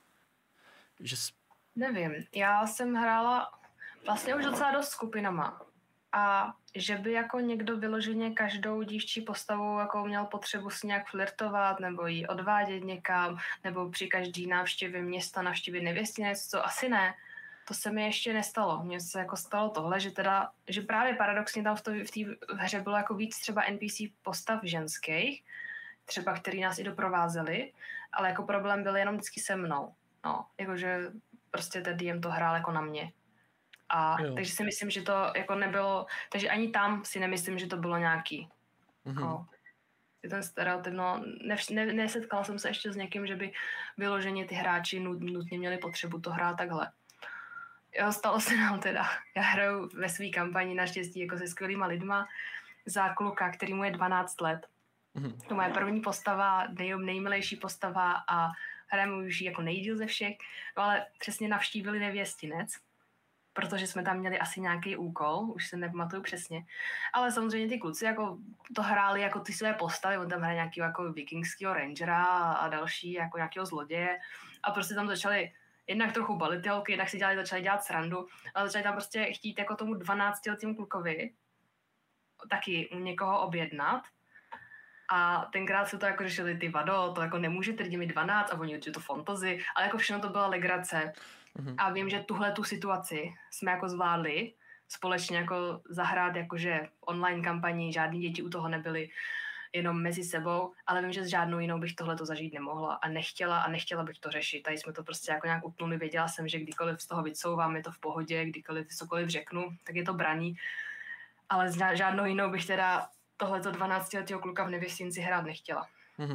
Speaker 2: Nevím, já jsem hrála vlastně už docela dost skupinama. A že by jako někdo vyloženě každou dívčí postavu jako měl potřebu si nějak flirtovat nebo ji odvádět někam, nebo při každý návštěvě města navštívit nevěstinec, co asi ne. To se mi ještě nestalo. Mně se jako stalo tohle, že právě paradoxně tam v té hře bylo jako víc třeba NPC postav ženských, třeba který nás i doprovázeli, ale jako problém byl jenom vždycky se mnou. No, jakože prostě ten DM to hrál jako na mě. Takže si myslím, že to jako nebylo, takže ani tam si nemyslím, že to bylo nějaký. Jako, ten stereotyp, no, nesetkala jsem se ještě s někým, že by vyloženě ty hráči nutně měli potřebu to hrát takhle. Jo, stalo se nám teda. Já hraju ve své kampani naštěstí jako se skvělýma lidma za kluka, který mu je 12 let. To moje první postava, nejmilejší postava a hrajeme už jako nejdýl ze všech, no ale přesně navštívili nevěstinec, protože jsme tam měli asi nějaký úkol, už se nepamatuju přesně. Ale samozřejmě ty kluci jako to hráli jako ty své postavy, on tam hraje nějakého jako vikingského rangera a další jako nějakého zloděje a prostě tam začali jednak trochu balit ty holky, jednak si začali dělat srandu, ale začali tam prostě chtít jako tomu 12letým klukovi taky někoho objednat. A tenkrát se to jako řešili, ty vado, to jako nemůžete, lidi mi 12 a oni, že to fantasy, ale jako všechno to byla legrace. A vím, že tuhle tu situaci jsme jako zvládli společně jako zahrát jakože online kampaní, žádný děti u toho nebyly, jenom mezi sebou, ale vím, že s žádnou jinou bych tohle to zažít nemohla a nechtěla bych to řešit. Tady jsme to prostě jako nějak utnuli, věděla jsem, že kdykoliv z toho vycouvám, je to v pohodě, kdykoliv cokoliv řeknu, tak je to braný, ale s žádnou jinou bych teda tohleto 12letého kluka v nevěstinci hrát nechtěla.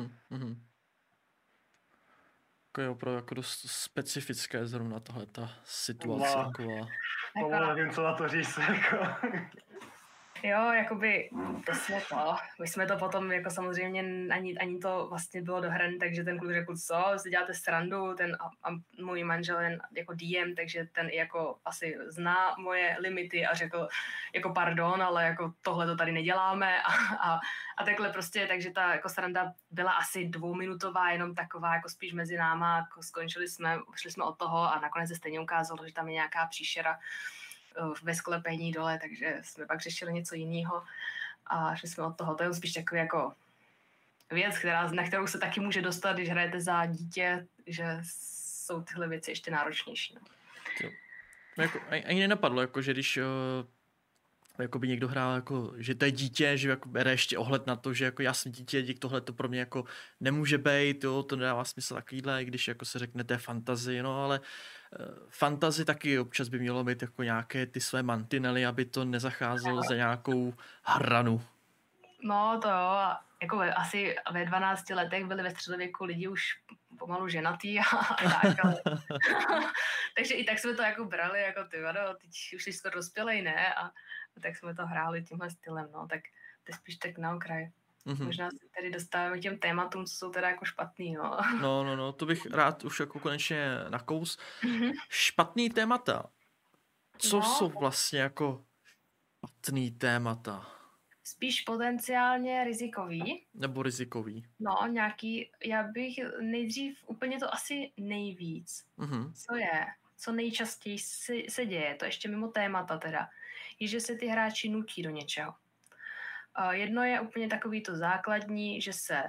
Speaker 1: To je opravdu jako dost specifické zrovna tahleta situace.
Speaker 3: Nevím, co na to říct. Jako.
Speaker 2: Jo, jakoby my jsme to potom jako samozřejmě ani to vlastně bylo dohrané, takže ten kluk řekl, co, si děláte srandu, a můj manžel je jako DM, takže ten jako asi zná moje limity a řekl jako pardon, ale jako tohle to tady neděláme a takhle prostě, takže ta jako sranda byla asi 2minutová, jenom taková jako spíš mezi náma, jako skončili jsme, šli jsme od toho a nakonec se stejně ukázalo, že tam je nějaká příšera ve sklepení dole, takže jsme pak řešili něco jiného a šli jsme od toho. To je spíš takový jako věc, na kterou se taky může dostat, když hrajete za dítě, že jsou tyhle věci ještě náročnější. No.
Speaker 1: Jako, ani nenapadlo, jako, že když jakoby někdo hrál, jako, že to je dítě, že jako bere ještě ohled na to, že jako já jsem dítě, dík tohle to pro mě jako nemůže být, jo, to nedává smysl takovýhle, když jako se řekne, to je fantasy, no, ale fantasy taky občas by mělo být jako nějaké ty své mantinely, aby to nezacházelo za nějakou hranu.
Speaker 2: No to jo, jako asi ve 12 letech byli ve středověku lidi už pomalu ženatý a tak, ale takže i tak jsme to jako brali, jako ty vado, teď už jsi skoro dospělej, ne? A tak jsme to hráli tímhle stylem, no, tak to je spíš tak na okraj. Mm-hmm. Možná se tady dostáváme k těm tématům, co jsou teda jako špatný, no.
Speaker 1: No, to bych rád už jako konečně nakous. Mm-hmm. Špatný témata. Co jsou vlastně jako špatný témata?
Speaker 2: Spíš potenciálně rizikový.
Speaker 1: Nebo rizikový.
Speaker 2: No, nějaký, já bych nejdřív úplně to asi nejvíc. Mm-hmm. Co nejčastěji se děje, to ještě mimo témata teda, je, že se ty hráči nutí do něčeho. Jedno je úplně takový to základní, že se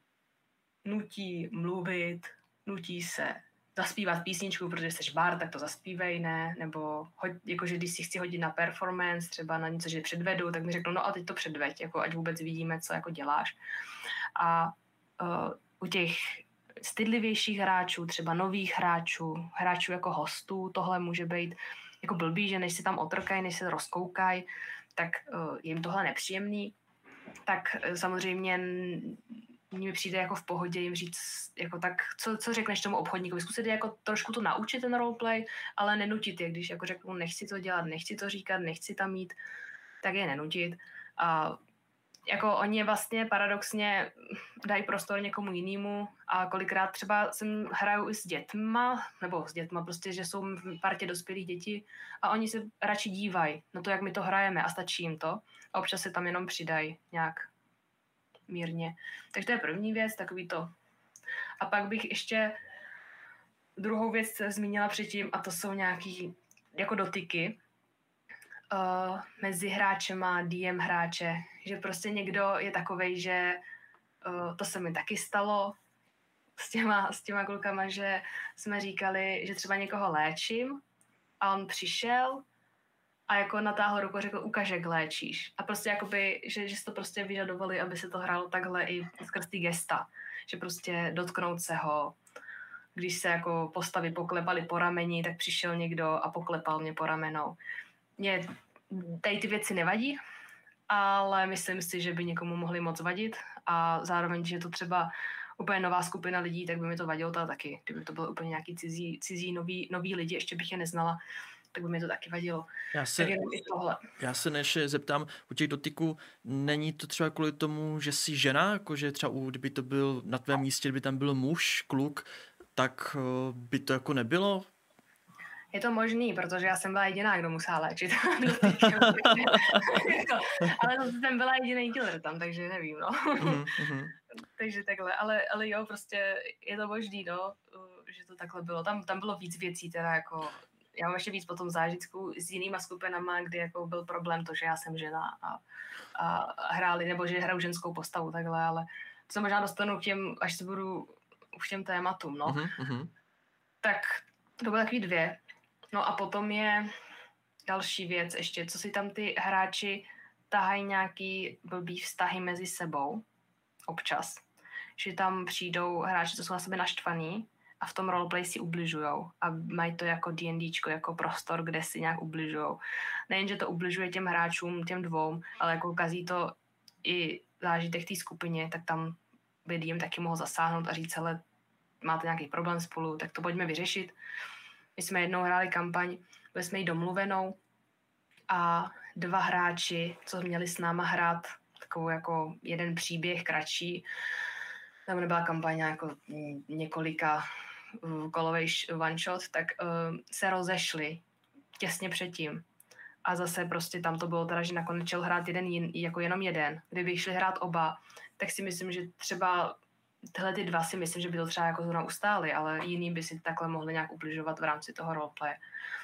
Speaker 2: nutí mluvit, nutí se zaspívat písničku, protože jsi bár, tak to zaspívej, ne? Nebo jakože když si chci hodit na performance, třeba na něco, že předvedu, tak mi řeknou, no a teď to předveď, jako ať vůbec vidíme, co jako děláš. A u těch stydlivějších hráčů, třeba nových hráčů jako hostů, tohle může být jako blbý, že než si tam otrkají, než se rozkoukají, tak je jim tohle nepříjemný. Tak samozřejmě mně přijde jako v pohodě jim říct, jako tak, co řekneš tomu obchodníkovi, zkusit jako trošku to naučit ten roleplay, ale nenutit je, když jako řeknu, nechci to dělat, nechci to říkat, nechci tam jít, tak je nenutit. A jako oni vlastně paradoxně dají prostor někomu jinému a kolikrát třeba jsem hraju i s dětma, prostě, že jsou v partě dospělých dětí a oni se radši dívají na to, jak my to hrajeme a stačí jim to a občas se tam jenom přidají nějak mírně. Takže to je první věc, takový to. A pak bych ještě druhou věc zmínila předtím a to jsou nějaký jako dotyky mezi hráčema, DM hráče, že prostě někdo je takovej, že to se mi taky stalo s těma klukama, že jsme říkali, že třeba někoho léčím a on přišel a jako natáhl ruku a řekl, ukaž, jak léčíš. A prostě jakoby, že si to prostě vyžadovali, aby se to hrálo takhle i skrz ty gesta. Že prostě dotknout se ho, když se jako postavy poklepali po rameni, tak přišel někdo a poklepal mě po ramenou. Mně tady ty věci nevadí, ale myslím si, že by někomu mohly moc vadit a zároveň, že to třeba úplně nová skupina lidí, tak by mi to vadilo taky. Kdyby to bylo úplně nějaký cizí noví lidi, ještě bych je neznala, tak by mi to taky vadilo.
Speaker 1: Já se než zeptám, u těch dotyků, není to třeba kvůli tomu, že jsi žena, jakože třeba kdyby to byl na tvém místě, kdyby tam byl muž, kluk, tak by to jako nebylo?
Speaker 2: Je to možný, protože já jsem byla jediná, kdo musela léčit. Ale to jsem byla jediný dealer tam, takže nevím, no. Takže takhle, ale jo, prostě je to možný, no, že to takhle bylo. Tam bylo víc věcí, teda jako, já mám ještě víc potom zážitků s jinýma skupinama, kdy jako byl problém to, že já jsem žena a hráli, nebo že hraju ženskou postavu, takhle, ale to se možná dostanu k těm, až se budu k těm tématům, no. Tak to byly takový dvě. No a potom je další věc ještě, co si tam ty hráči tahají nějaký blbý vztahy mezi sebou občas. Že tam přijdou hráči, co jsou na sebe naštvaný a v tom roleplay si ubližujou a mají to jako D&Dčko, jako prostor, kde si nějak ubližujou. Nejen, že to ubližuje těm hráčům, těm dvou, ale jako kazí to i zážitek té skupině, tak tam by DM taky mohl zasáhnout a říct, hele, máte nějaký problém spolu, tak to pojďme vyřešit. My jsme jednou hráli kampaň, byli jsme jí domluvenou a 2 hráči, co měli s náma hrát takovou jako jeden příběh kratší. Tam nebyla kampaň jako několika kolovej one shot, tak se rozešli těsně předtím. A zase prostě tam to bylo teda, že nakonec šel hrát jako jenom jeden. Kdyby šli hrát oba, tak si myslím, že třeba tyhle ty 2 si myslím, že by to třeba jako zrovna ustáli, ale jiný by si takhle mohli nějak ubližovat v rámci toho roleplaye.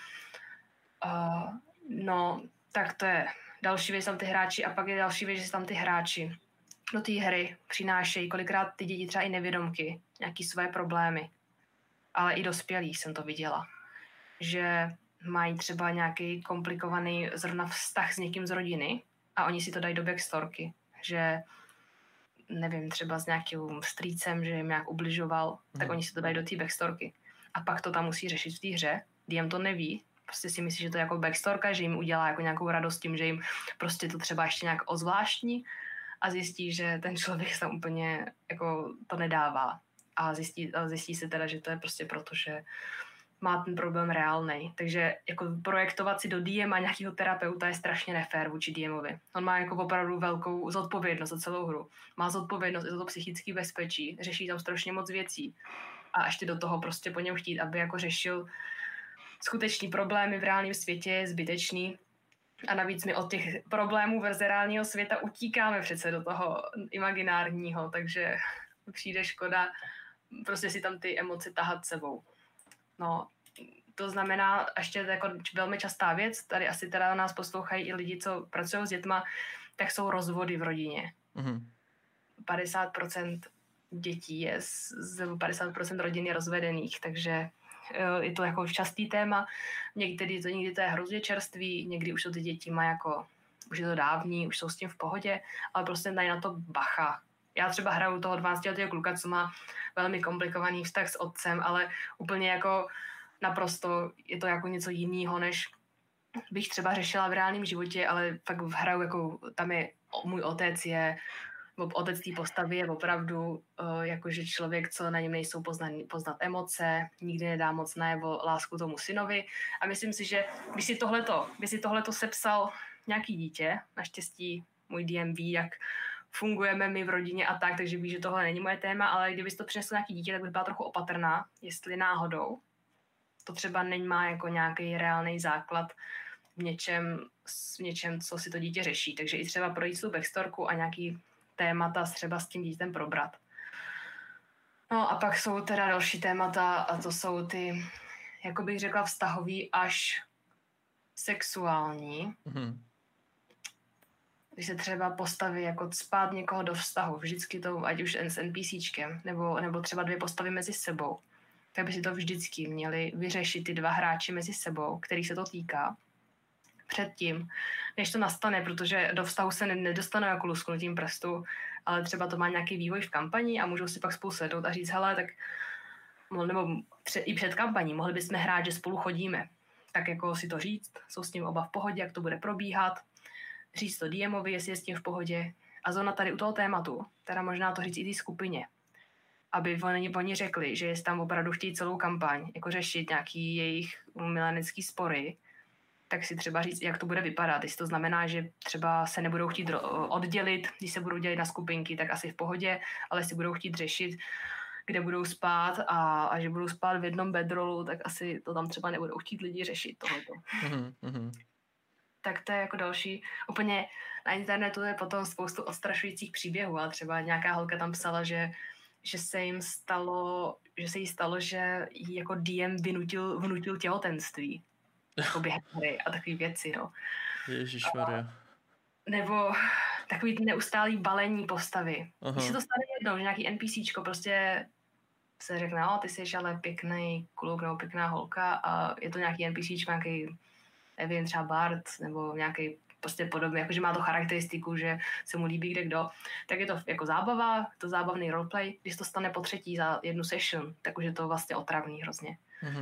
Speaker 2: No, tak to je další věc, tam ty hráči, a pak je další věc, že tam ty hráči do té hry přinášejí kolikrát ty děti třeba i nevědomky, nějaký své problémy. Ale i dospělí jsem to viděla. Že mají třeba nějaký komplikovaný zrovna vztah s někým z rodiny a oni si to dají do backstorky. Že nevím, třeba s nějakým strýcem, že jim nějak ubližoval, tak oni si to dají do té backstorky. A pak to tam musí řešit v té hře. DM to neví. Prostě si myslí, že to je jako backstorka, že jim udělá jako nějakou radost tím, že jim prostě to třeba ještě nějak ozvláštní a zjistí, že ten člověk tam úplně jako to nedává. A zjistí se teda, že to je prostě proto, že má ten problém reálnej. Takže jako projektovat si do DM a nějakého terapeuta je strašně nefér vůči DMovi. On má jako opravdu velkou zodpovědnost za celou hru. Má zodpovědnost i za to psychické bezpečí, řeší tam strašně moc věcí. A ještě do toho prostě po něm chtít, aby jako řešil skutečný problémy v reálném světě, je zbytečný. A navíc my od těch problémů verze reálného světa utíkáme přece do toho imaginárního, takže přijde škoda prostě si tam ty emoce tahat sebou. No, to znamená, ještě jako velmi častá věc, tady asi teda nás poslouchají i lidi, co pracují s dětma, tak jsou rozvody v rodině. 50% dětí je, 50% rodin je rozvedených, takže je to jako častý téma. Někdy to je hrozně čerstvý, někdy už to ty děti mají jako, už je to dávný, už jsou s tím v pohodě, ale prostě dají na to bacha. Já třeba hraju toho 12letého kluka, co má velmi komplikovaný vztah s otcem, ale úplně jako naprosto je to jako něco jiného, než bych třeba řešila v reálném životě, ale fakt hraju jako, tam je můj otec té postavy je opravdu jakože člověk, co na něm nejsou poznat emoce, nikdy nedá moc najevo lásku tomu synovi a myslím si, že by si tohleto sepsal nějaký dítě, naštěstí můj DM ví, jak fungujeme my v rodině a tak, takže ví, že tohle není moje téma, ale kdyby to přinesl nějaký dítě, tak bych byla trochu opatrná, jestli náhodou to třeba nemá jako nějaký reálný základ v něčem, co si to dítě řeší. Takže i třeba projít tu backstorku a nějaký témata třeba s tím dítětem probrat. No a pak jsou teda další témata a to jsou ty, jako bych řekla, vztahový až sexuální. Když se třeba postaví jako cpát někoho do vztahu, vždycky to, ať už s NPCčkem, nebo třeba 2 postavy mezi sebou, tak by si to vždycky měli vyřešit ty 2 hráči mezi sebou, který se to týká, předtím, než to nastane, protože do vztahu se nedostanou jako lusknutím prstu, ale třeba to má nějaký vývoj v kampani a můžou si pak spolu sednout a říct, hele, tak nebo i před kampaní, mohli bychom hrát, že spolu chodíme. Tak jako si to říct, jsou s tím oba v pohodě, jak to bude probíhat, říct to DMovi, jestli je s tím v pohodě. A zóna tady u toho tématu, teda možná to říct i té skupině, aby oni řekli, že jestli tam opravdu chtějí celou kampaň, jako řešit nějaký jejich milenecký spory, tak si třeba říct, jak to bude vypadat. Jestli to znamená, že třeba se nebudou chtít oddělit, když se budou dělit na skupinky, tak asi v pohodě, ale jestli budou chtít řešit, kde budou spát a že budou spát v jednom bedrollu, tak asi to tam třeba nebudou chtít lidi řešit tohleto. Tak to je jako další. Úplně na internetu je potom spoustu odstrašujících příběhů, ale třeba nějaká holka tam psala, že se jí stalo, že jí jako DM vnutil těhotenství. Jako během hry a takové věci, no.
Speaker 1: Ježišmarja.
Speaker 2: Nebo takový neustálý balení postavy. Když se to stane jednou, že nějaký NPCčko prostě se řekne, ty jsi ale pěkný kluk nebo pěkná holka a je to nějaký NPCčko, nějaký, nevím, třeba Bard nebo nějaký prostě podobný, jakože má to charakteristiku, že se mu líbí kdo, tak je to jako zábava, to zábavný roleplay. Když to stane po 3. za jednu session, tak už je to vlastně otravný hrozně.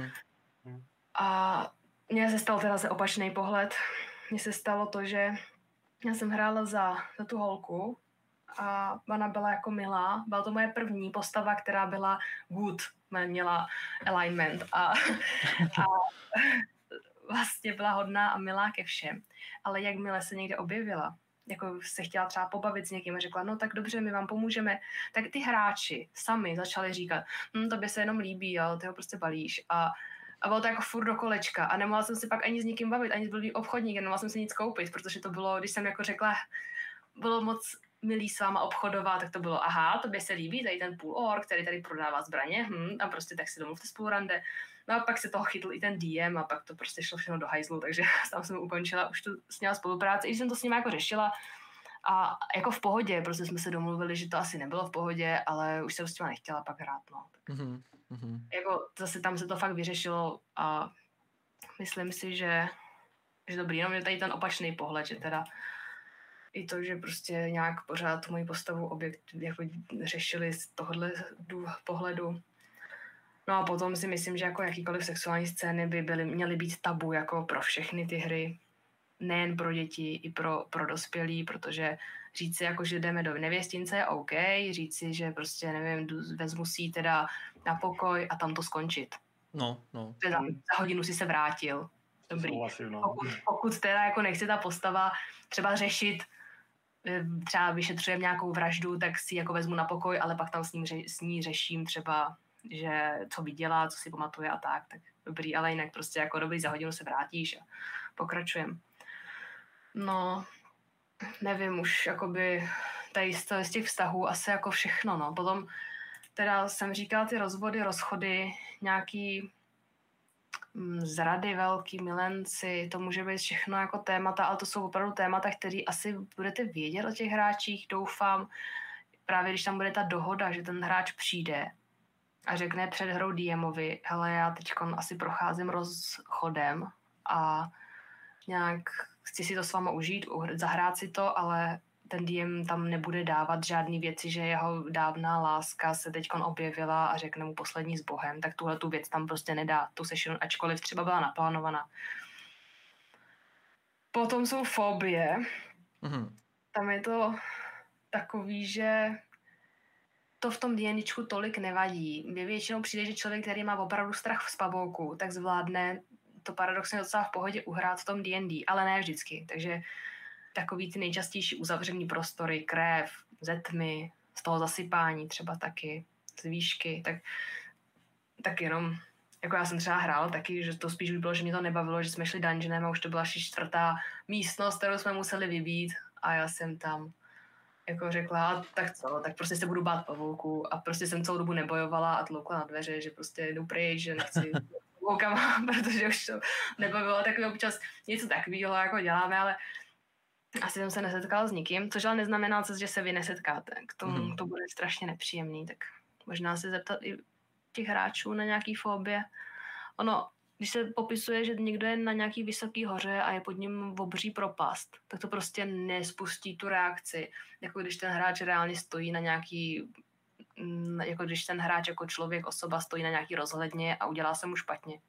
Speaker 2: A mně se stal teda opačný pohled. Mně se stalo to, že já jsem hrála za tu holku a ona byla jako milá. Byla to moje první postava, která byla good, měla alignment a vlastně byla hodná a milá ke všem, ale jakmile se někde objevila, jako se chtěla třeba pobavit s někým a řekla, no tak dobře, my vám pomůžeme, tak ty hráči sami začali říkat, tobě se jenom líbí, ale ty ho prostě balíš a bylo to jako furt do kolečka a nemohla jsem si pak ani s nikým bavit, ani s blbým obchodníkem, nemohla jsem si nic koupit, protože to bylo, když jsem jako řekla, bylo moc milý s váma obchodovat, tak to bylo, aha, tobě se líbí tady ten půl ork, který tady prodává zbraně, a prostě tak si domluvte spolu rande. No a pak se toho chytl i ten DM a pak to prostě šlo všechno do hajzlu, takže tam jsem ukončila už tu s ním spolupráci, i když jsem to s ním jako řešila a jako v pohodě, prostě jsme se domluvili, že to asi nebylo v pohodě, ale už jsem s tím nechtěla pak hrát, no. Jako zase tam se to fakt vyřešilo a myslím si, že dobrý, no mě tady ten opačný pohled, že teda i to, že prostě nějak pořád moji postavu objekt jako řešili z tohohle pohledu. No a potom si myslím, že jako jakýkoliv sexuální scény by měly být tabu jako pro všechny ty hry. Nejen pro děti, i pro dospělí, protože říct si jako, že jdeme do nevěstince je OK, říct si, že prostě nevím, vezmu si ji teda na pokoj a tam to skončit.
Speaker 1: No.
Speaker 2: Za hodinu si se vrátil. Dobrý. Pokud teda jako nechce ta postava třeba řešit, třeba vyšetřujeme nějakou vraždu, tak si jako vezmu na pokoj, ale pak tam s ní řeším třeba, že co viděla, co si pamatuje a tak dobrý, ale jinak prostě jako dobrý, za hodinu se vrátíš a pokračujem. No, nevím, už jakoby tady z těch vztahů asi jako všechno, no. Potom teda jsem říkala ty rozvody, rozchody, nějaký zrady, velký milenci, to může být všechno jako témata, ale to jsou opravdu témata, které asi budete vědět o těch hráčích, doufám. Právě když tam bude ta dohoda, že ten hráč přijde a řekne před hrou DMovi, hele, já teďkon asi procházím rozchodem a nějak chci si to s váma užít, zahrát si to, ale ten DM tam nebude dávat žádný věci, že jeho dávná láska se teďkon objevila a řekne mu poslední s Bohem, tak tuhle tu věc tam prostě nedá, tu session, ačkoliv třeba byla naplánovaná. Potom jsou fobie. Tam je to takový, že to v tom D&Dčku tolik nevadí. Mně většinou přijde, že člověk, který má opravdu strach z pavouku, tak zvládne to paradoxně docela v pohodě uhrát v tom D&D, ale ne vždycky. Takže takový ty nejčastější uzavřený prostory, krev, ze tmy, z toho zasypání třeba taky, z výšky, tak jenom, jako já jsem třeba hrála taky, že to spíš bylo, že mě to nebavilo, že jsme šli dungeonem a už to byla 4. místnost, kterou jsme museli vybít a já jsem tam jako řekla, tak co, tak prostě se budu bát pavouku a prostě jsem celou dobu nebojovala a tloukla na dveře, že prostě jdu pryč, že nechci pavoukama, protože už to nebavilo, tak občas něco takového jako děláme, ale asi jsem se nesetkala s nikým, což ale neznamená, že se vy nesetkáte. K tomu to bude strašně nepříjemný, tak možná se zeptat i těch hráčů na nějaký fobie. Ono, když se popisuje, že někdo je na nějaký vysoký hoře a je pod ním obří propast, tak to prostě nespustí tu reakci. Jako když ten hráč reálně stojí na nějaký, jako když ten hráč jako člověk, osoba stojí na nějaký rozhledně a udělá se mu špatně.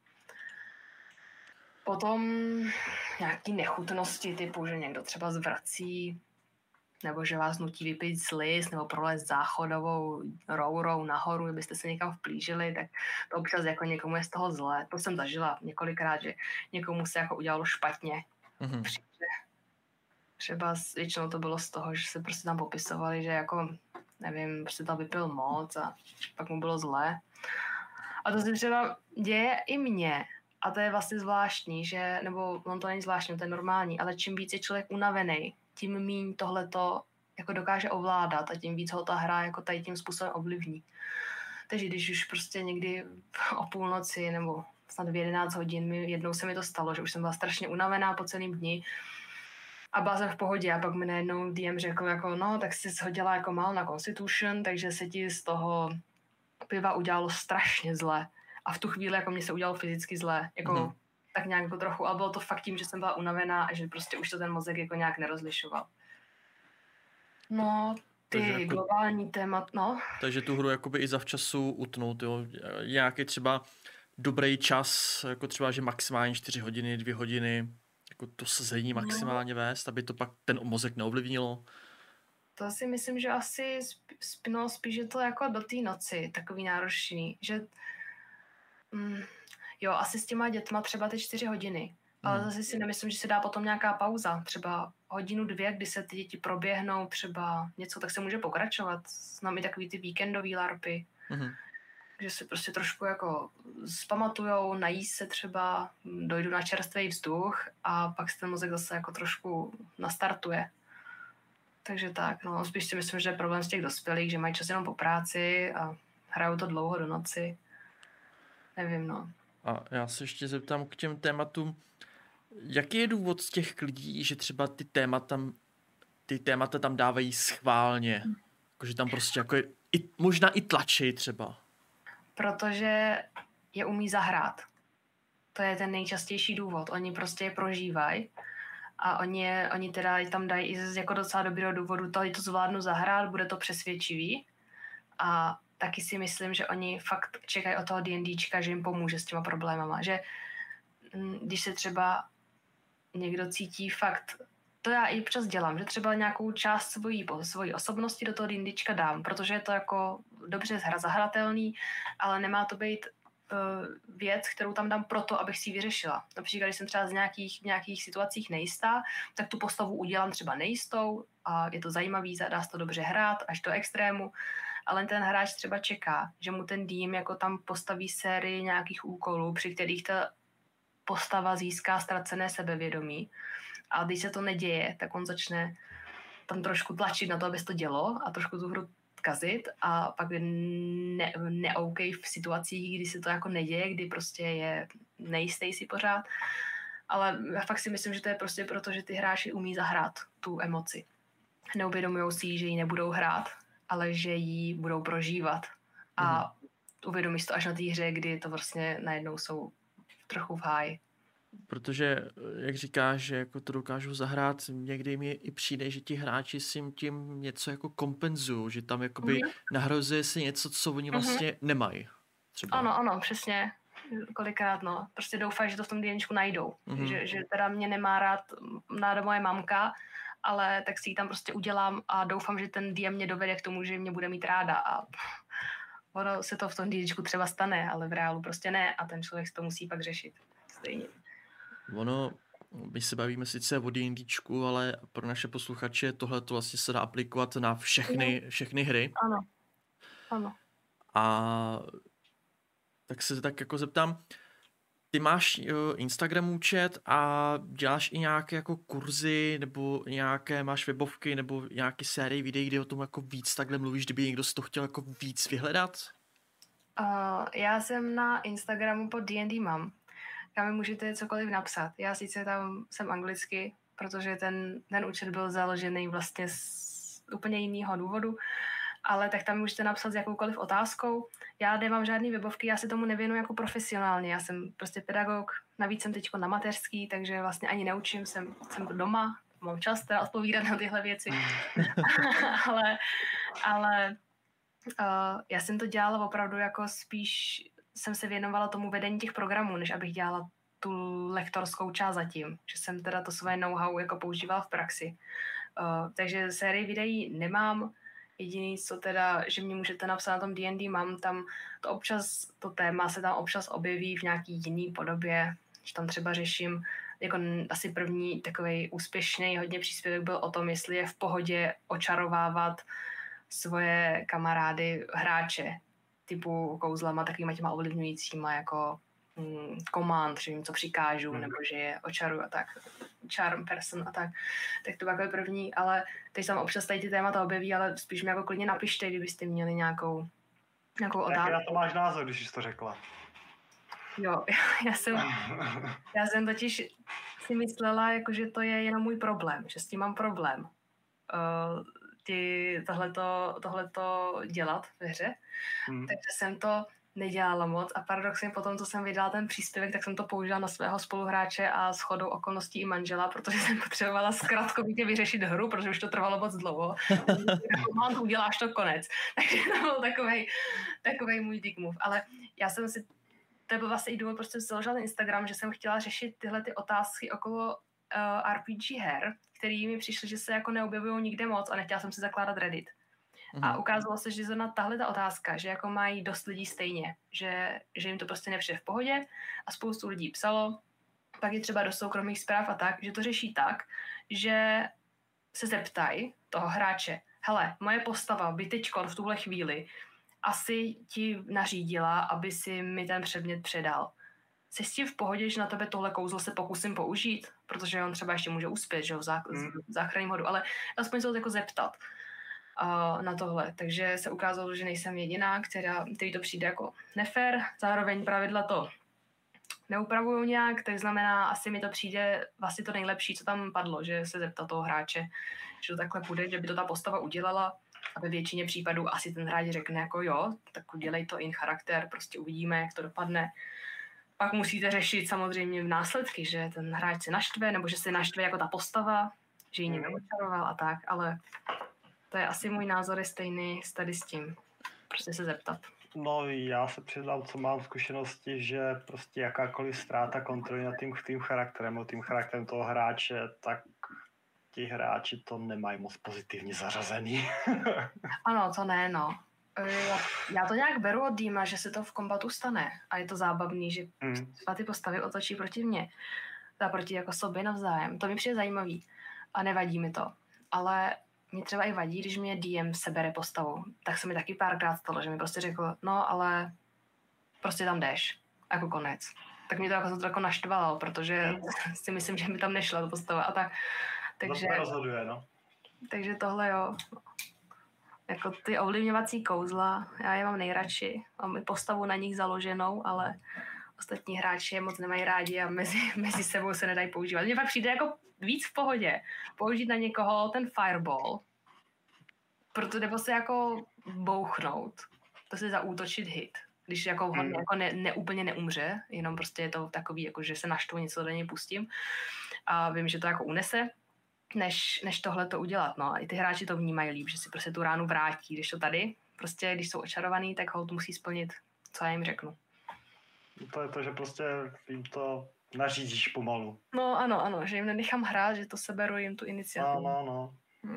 Speaker 2: Potom nějaký nechutnosti typu, že někdo třeba zvrací, nebo že vás nutí vypít sliz, nebo prolézt záchodovou rourou nahoru, kdybyste se někam vplížili, tak to občas jako někomu je z toho zlé. To jsem zažila několikrát, že někomu se jako udělalo špatně. Třeba většinou to bylo z toho, že se prostě tam popisovali, že jako, nevím, prostě tam vypil moc a pak mu bylo zlé. A to se třeba děje i mně. A to je vlastně zvláštní, že, nebo on to není zvláštní, to je normální, ale čím víc je člověk unavený, tím míň tohleto jako dokáže ovládat a tím víc ho ta hra jako tady tím způsobem ovlivní. Takže když už prostě někdy o půlnoci nebo snad v 11 hodin, jednou se mi to stalo, že už jsem byla strašně unavená po celým dni a byla jsem v pohodě a pak mi najednou DM řekl jako no, tak jsi shodila jako málo na Constitution, takže se ti z toho piva udělalo strašně zle. A v tu chvíli jako mě se udělalo fyzicky zlé, jako tak nějak jako trochu, ale bylo to fakt tím, že jsem byla unavená a že prostě už to ten mozek jako nějak nerozlišoval. No, ty jako, globální témat, no.
Speaker 1: Takže tu hru jakoby i zavčasu utnout, jo. Nějaký třeba dobrý čas, jako třeba, že maximálně 4 hodiny, 2 hodiny, jako to sezení maximálně vést, aby to pak ten mozek neovlivnilo.
Speaker 2: To si myslím, že asi spíš je to jako do té noci, takový náročný, že jo, asi s těma dětma třeba ty 4 hodiny, Ale zase si nemyslím, že se dá potom nějaká pauza, třeba hodinu, 2, kdy se ty děti proběhnou třeba něco, tak se může pokračovat. Znám i takový ty víkendový larpy, že se prostě trošku jako zpamatujou, nají se třeba, dojdu na čerstvý vzduch a pak se ten mozek zase jako trošku nastartuje. Takže tak, no, spíš si myslím, že je problém z těch dospělých, že mají čas jenom po práci a hrajou to dlouho do noci. Nevím, no.
Speaker 1: A já se ještě zeptám k těm tématům, jaký je důvod z těch lidí, že třeba ty témata tam dávají schválně? Jakože tam prostě jako možná i tlačí třeba.
Speaker 2: Protože je umí zahrát. To je ten nejčastější důvod. Oni prostě je prožívají a oni teda tam dají i jako docela dobrého důvodu, to zvládnu zahrát, bude to přesvědčivý. A taky si myslím, že oni fakt čekají od toho D&Dčka, že jim pomůže s těma problémama. Že když se třeba někdo cítí fakt, to já i občas dělám, že třeba nějakou část svojí osobnosti do toho D&Dčka dám, protože je to jako dobře zahratelný, ale nemá to být věc, kterou tam dám proto, abych si ji vyřešila. Například, když jsem třeba z nějakých situacích nejistá, tak tu postavu udělám třeba nejistou a je to zajímavý, dá se to dobře hrát až do extrému, ale ten hráč třeba čeká, že mu ten DM jako tam postaví sérii nějakých úkolů, při kterých ta postava získá ztracené sebevědomí. A když se to neděje, tak on začne tam trošku tlačit na to, aby se to dělo a trošku tu hru kazit a pak neoukej v situacích, kdy se to jako neděje, kdy prostě je nejistý si pořád. Ale já fakt si myslím, že to je prostě proto, že ty hráči umí zahrát tu emoci. Neuvědomujou si, že ji nebudou hrát, ale že ji budou prožívat. A uvědomí si to až na té hře, kdy to vlastně najednou jsou trochu v háji.
Speaker 1: Protože, jak říkáš, že jako to dokážu zahrát, někdy mi i přijde, že ti hráči si tím něco jako kompenzují, že tam jakoby nahrazuje si něco, co oni vlastně nemají. Třeba.
Speaker 2: Ano, přesně. Kolikrát, no. Prostě doufají, že to v tom DMčku najdou. Že teda mě nemá ráda moje mamka, ale tak si ji tam prostě udělám a doufám, že ten DM mě dovede k tomu, že mě bude mít ráda a ono se to v tom DMčku třeba stane, ale v reálu prostě ne a ten člověk si to musí pak řešit. Stejně.
Speaker 1: Ono, my se bavíme sice o D&Dčku, ale pro naše posluchače tohle to vlastně se dá aplikovat na všechny hry.
Speaker 2: Ano.
Speaker 1: A tak se tak jako zeptám, ty máš Instagram účet a děláš i nějaké jako kurzy, nebo nějaké máš webovky, nebo nějaké série videí, kde o tom jako víc takhle mluvíš, kdyby někdo si to chtěl jako víc vyhledat?
Speaker 2: Já jsem na Instagramu pod D&D Mom. Tam mi můžete cokoliv napsat. Já sice tam jsem anglicky, protože ten účet byl založený vlastně z úplně jiného důvodu, ale tak tam můžete napsat s jakoukoliv otázkou. Já nemám žádný webovky, já se tomu nevěnuji jako profesionálně. Já jsem prostě pedagog, navíc jsem teďko na mateřský, takže vlastně ani neučím, jsem doma, mám čas teda odpovídat na tyhle věci. ale já jsem to dělala opravdu jako spíš jsem se věnovala tomu vedení těch programů, než abych dělala tu lektorskou část zatím, že jsem teda to své know-how jako používala v praxi. Takže sérii videí nemám, jediný co teda, že mě můžete napsat na tom D&D mám, tam to téma se tam občas objeví v nějaký jiný podobě, že tam třeba řeším, jako asi první takovej úspěšný hodně příspěvek byl o tom, jestli je v pohodě očarovávat svoje kamarády, hráče, typu kouzlama, takovýma těma ovlivňujícíma jako command, že jim co přikážu, nebo že je očaruju a tak, charm person a tak. Tak to bylo jako první, ale teď tam občas tady ty témata objeví, ale spíš mi jako klidně napište, kdybyste měli nějakou otázku.
Speaker 3: Jaký na to máš názor, když jsi to řekla? Jo,
Speaker 2: já jsem totiž si myslela, jako, že to je jenom můj problém, že s tím mám problém. Tohleto dělat ve hře. Takže jsem to nedělala moc a paradoxně potom, co jsem vydala ten příspěvek, tak jsem to použila na svého spoluhráče a shodou okolností i manžela, protože jsem potřebovala zkratkovitě vyřešit hru, protože už to trvalo moc dlouho. Mám, uděláš to konec. Takže to byl takovej můj dick move. Ale já jsem si, to byl vlastně i důvod, proč jsem si založila ten Instagram, že jsem chtěla řešit tyhle ty otázky okolo RPG her, který mi přišly, že se jako neobjevují nikde moc a nechtěla jsem si zakládat Reddit. A ukázalo se, že zrovna tahle ta otázka, že jako mají dost lidí stejně, že jim to prostě nepřijde v pohodě a spoustu lidí psalo pak je třeba do soukromých zpráv a tak, že to řeší tak, že se zeptají toho hráče, hele, moje postava by teďkon v tuhle chvíli asi ti nařídila, aby si mi ten předmět předal. Jsi s tím v pohodě, že na tebe tohle kouzlo se pokusím použít? Protože on třeba ještě může uspět, že jo, v záchranním hodu, ale aspoň se ho jako zeptat na tohle. Takže se ukázalo, že nejsem jediná, který to přijde jako nefér. Zároveň pravidla to neupravují nějak, tak znamená, asi mi to přijde vlastně to nejlepší, co tam padlo, že se zeptat toho hráče, že to takhle bude, že by to ta postava udělala a ve většině případů asi ten hráč řekne jako jo, tak udělej to in charakter, prostě uvidíme, jak to dopadne. Pak musíte řešit samozřejmě následky, že ten hráč se naštve, nebo že se naštve jako ta postava, že ji někdo očaroval a tak, ale to je asi můj názor je stejný tady s tím. Prostě se zeptat.
Speaker 3: No já se přiznám, co mám zkušenosti, že prostě jakákoliv ztráta kontroly nad tím charakterem, nebo tím charakterem toho hráče, tak ti hráči to nemají moc pozitivně zařazený.
Speaker 2: Ano, to ne, no. Já to nějak beru od Dýma, že se to v kombatu stane a je to zábavný, že ty postavy otočí proti mně. Proti jako sobě navzájem. To mi přijde zajímavý a nevadí mi to. Ale mě třeba i vadí, když mě DM sebere postavu. Tak se mi taky párkrát stalo, že mi prostě řekl, no ale prostě tam jdeš. Jako konec. Tak mě to jako naštvalo, protože si myslím, že mi tam nešla ta postava a tak. Takže
Speaker 3: rozhoduje, no.
Speaker 2: Takže tohle jo. Jako ty ovlivňovací kouzla, já je mám nejradši. Mám i postavu na nich založenou, ale ostatní hráči je moc nemají rádi a mezi sebou se nedají používat. Mně fakt přijde jako víc v pohodě použít na někoho ten fireball, nebo se jako bouchnout, to se zaútočit hit. Když jako on jako úplně neumře, jenom prostě je to takový, jako že se naštvu, něco do něj pustím a vím, že to jako unese, než tohle to udělat. No. A i ty hráči to vnímají líp, že si prostě tu ránu vrátí. Když to tady, prostě když jsou očarovaný, tak ho to musí splnit, co já jim řeknu.
Speaker 3: To je to, že prostě jim to nařídíš pomalu.
Speaker 2: No ano, že jim nenechám hrát, že to seberu jim tu iniciativu.
Speaker 3: No.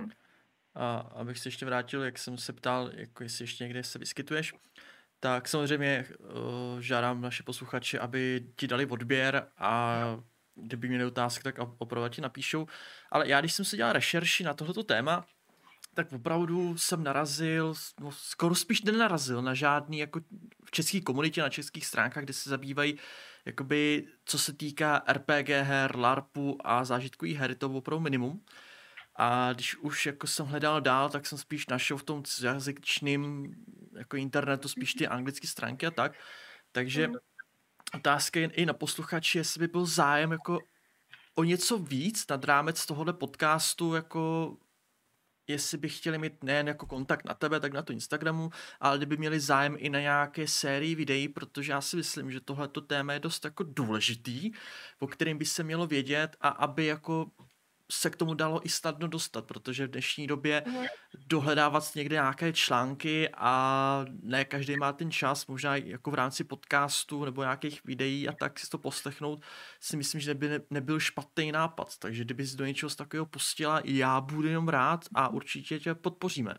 Speaker 1: A abych se ještě vrátil, jak jsem se ptal, jako jestli ještě někde se vyskytuješ, tak samozřejmě žádám naše posluchače, aby ti dali odběr a kdyby měli otázky, tak opravdu ti napíšou. Ale já, když jsem si dělal rešerši na tohleto téma, tak opravdu jsem narazil, skoro spíš nenarazil na žádný, jako v české komunitě, na českých stránkách, kde se zabývají, jakoby, co se týká RPG her, LARPu a zážitkových her, to opravdu minimum. A když už jako jsem hledal dál, tak jsem spíš našel v tom jazyčným jako internetu spíš ty anglické stránky a tak. Takže otázka je i na posluchači, jestli by byl zájem jako o něco víc nad rámec tohohle podcastu, jako jestli by chtěli mít nejen jako kontakt na tebe, tak na to Instagramu, ale kdyby měli zájem i na nějaké sérii videí, protože já si myslím, že tohleto téma je dost jako důležitý, o kterým by se mělo vědět a aby jako se k tomu dalo i snadno dostat, protože v dnešní době dohledávat někde nějaké články a ne každý má ten čas, možná jako v rámci podcastu nebo nějakých videí a tak si to poslechnout, si myslím, že by nebyl špatný nápad, takže kdyby si do něčeho z takového pustila, já budu jenom rád a určitě tě podpoříme.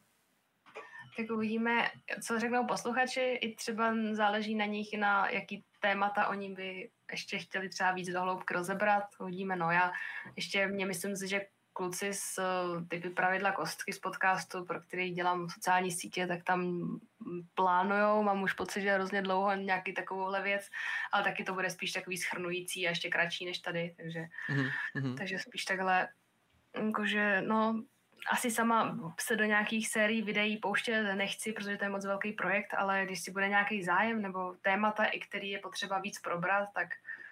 Speaker 2: Tak uvidíme, co řeknou posluchači, i třeba záleží na nich, na jaký témata oni by ještě chtěli třeba víc dohloubky rozebrat. Uvidíme, no já ještě myslím si, že kluci z typy pravidla kostky z podcastu, pro který dělám sociální sítě, tak tam plánujou, mám už pocit, že hrozně dlouho nějaký takovouhle věc, ale taky to bude spíš takový shrnující a ještě kratší než tady, takže spíš takhle, jakože no, asi sama se do nějakých sérií videí pouštět nechci, protože to je moc velký projekt, ale když si bude nějaký zájem nebo témata, i který je potřeba víc probrat, tak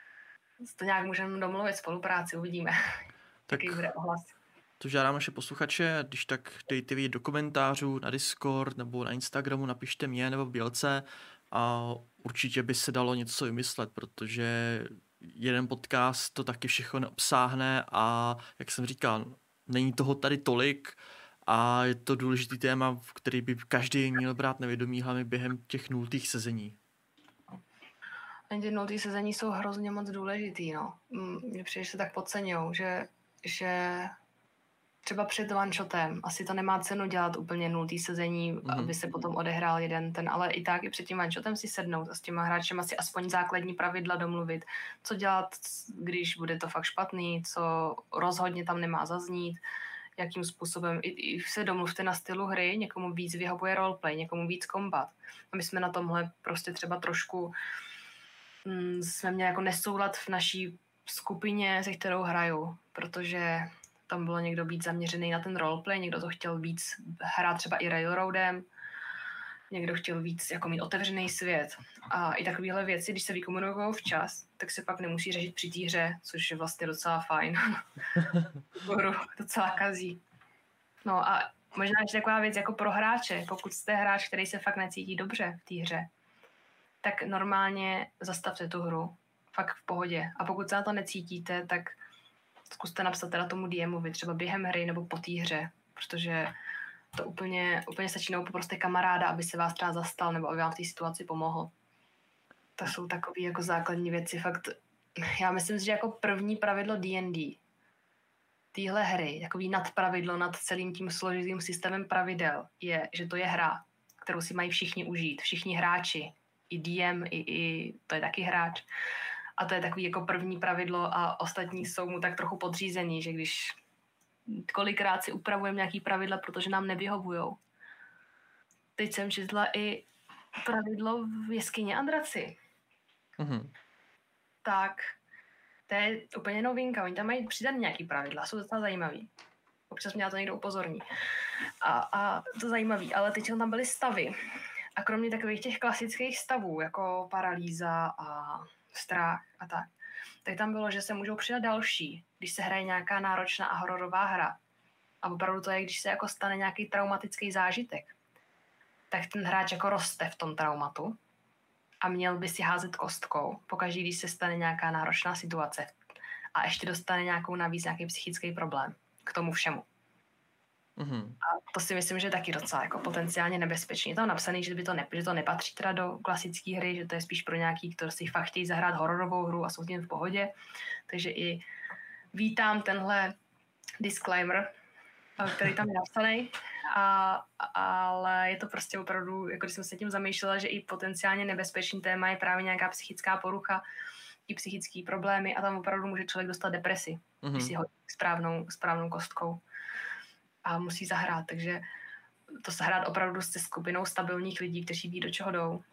Speaker 2: to nějak můžeme domluvit spolupráci, uvidíme. Jaký bude ohlas.
Speaker 1: To žádám naše posluchače, když tak dejte vidět do komentářů na Discord nebo na Instagramu, napište mě nebo Bělce a určitě by se dalo něco vymyslet, protože jeden podcast to taky všechno neobsáhne a jak jsem říkal, není toho tady tolik a je to důležitý téma, v který by každý měl brát nevědomí hlavně během těch 0. sezení.
Speaker 2: Ty 0. sezení jsou hrozně moc důležitý, no. Mně přijde, že se tak podceňujou, že třeba před one-shotem. Asi to nemá cenu dělat úplně nultý sezení, aby se potom odehrál jeden ten, ale i tak i před tím one-shotem si sednout a s těma hráčem asi aspoň základní pravidla domluvit, co dělat, když bude to fakt špatný, co rozhodně tam nemá zaznít, jakým způsobem. I se domluvte na stylu hry, někomu víc vyhovuje roleplay, někomu víc combat. A my jsme na tomhle prostě třeba trošku jsme měli jako nesoulad v naší skupině, se kterou hraju, protože tam bylo někdo víc zaměřený na ten roleplay, někdo to chtěl víc hrát třeba i railroadem, někdo chtěl víc jako mít otevřený svět. A i takovéhle věci, když se vykomunikují včas, tak se pak nemusí řešit při té hře, což je vlastně docela fajn. Docela kazí. No a možná ještě taková věc jako pro hráče, pokud jste hráč, který se fakt necítí dobře v té hře, tak normálně zastavte tu hru. Fakt v pohodě. A pokud se na to necítíte, tak zkuste napsat teda tomu DMovi třeba během hry nebo po té hře, protože to úplně stačí nebo poproste kamaráda, aby se vás třeba zastal nebo aby vám v té situaci pomohl. To jsou takové jako základní věci. Fakt, já myslím si, že jako první pravidlo D&D téhle hry, takový nadpravidlo nad celým tím složitým systémem pravidel je, že to je hra, kterou si mají všichni užít, všichni hráči, i DM, i to je taky hráč. A to je takový jako první pravidlo a ostatní jsou mu tak trochu podřízení, že když kolikrát si upravujeme nějaký pravidla, protože nám nevyhovujou. Teď jsem četla i pravidlo v jeskyni Andraci. Tak to je úplně novinka. Oni tam mají přidat nějaký pravidla, jsou docela zajímavý. Občas mě na to někdo upozorní. A to zajímavý, ale teď tam byly stavy. A kromě takových těch klasických stavů, jako paralýza a strach a tak tam bylo, že se můžou přidat další, když se hraje nějaká náročná a hororová hra. A opravdu to je, když se jako stane nějaký traumatický zážitek, tak ten hráč jako roste v tom traumatu a měl by si házet kostkou, pokaždé, když se stane nějaká náročná situace a ještě dostane navíc nějaký psychický problém k tomu všemu. A to si myslím, že je taky docela jako potenciálně nebezpečný. Je tam napsaný, že to nepatří teda do klasické hry, že to je spíš pro nějaký, kdo si fakt chtějí zahrát hororovou hru a jsou tím v pohodě. Takže i vítám tenhle disclaimer, který tam je napsaný, ale je to prostě opravdu, jako když jsem se tím zamýšlela, že i potenciálně nebezpečný téma je právě nějaká psychická porucha, i psychické problémy a tam opravdu může člověk dostat depresi, když si hodí správnou kostkou a musí zahrát, takže to zahrát opravdu se skupinou stabilních lidí, kteří ví, do čeho jdou.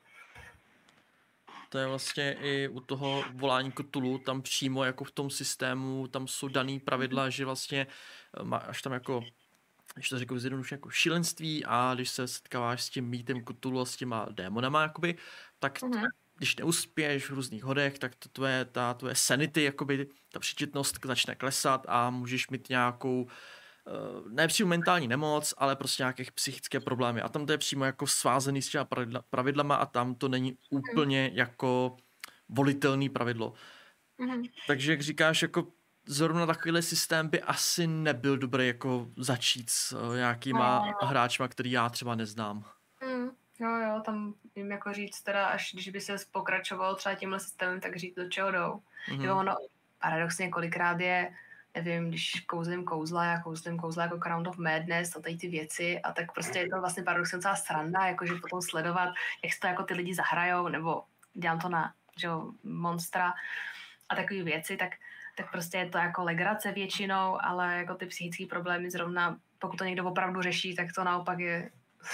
Speaker 1: To je vlastně i u toho volání Cthulhu, tam přímo jako v tom systému, tam jsou daný pravidla, že vlastně máš tam jako, když to řeknu zjednoduše, jako šílenství a když se setkáváš s tím mýtem Cthulhu a s těma démonama, jakoby, tak když neuspěješ v různých hodech, tak ta tvoje sanity, jakoby, ta příčetnost začne klesat a můžeš mít nějakou ne přímo mentální nemoc, ale prostě nějaké psychické problémy. A tam to je přímo jako svázený s těma pravidlama a tam to není úplně jako volitelný pravidlo. Takže jak říkáš, jako zrovna takovýhle systém by asi nebyl dobrý jako začít s nějakýma hráčima, který já třeba neznám.
Speaker 2: Jo, tam jim jako říct teda, až když by se pokračoval třeba tímhle systémem, tak říct, do čeho jdou. Jo, ono paradoxně kolikrát je, nevím, když kouzlím kouzla jako Crown of Madness a tady ty věci a tak prostě je to vlastně paradoxně docela sranda, jakože potom sledovat, jak se to jako ty lidi zahrajou, nebo dělám to na monstra a takové věci, tak prostě je to jako legrace většinou, ale jako ty psychické problémy zrovna, pokud to někdo opravdu řeší, tak to naopak je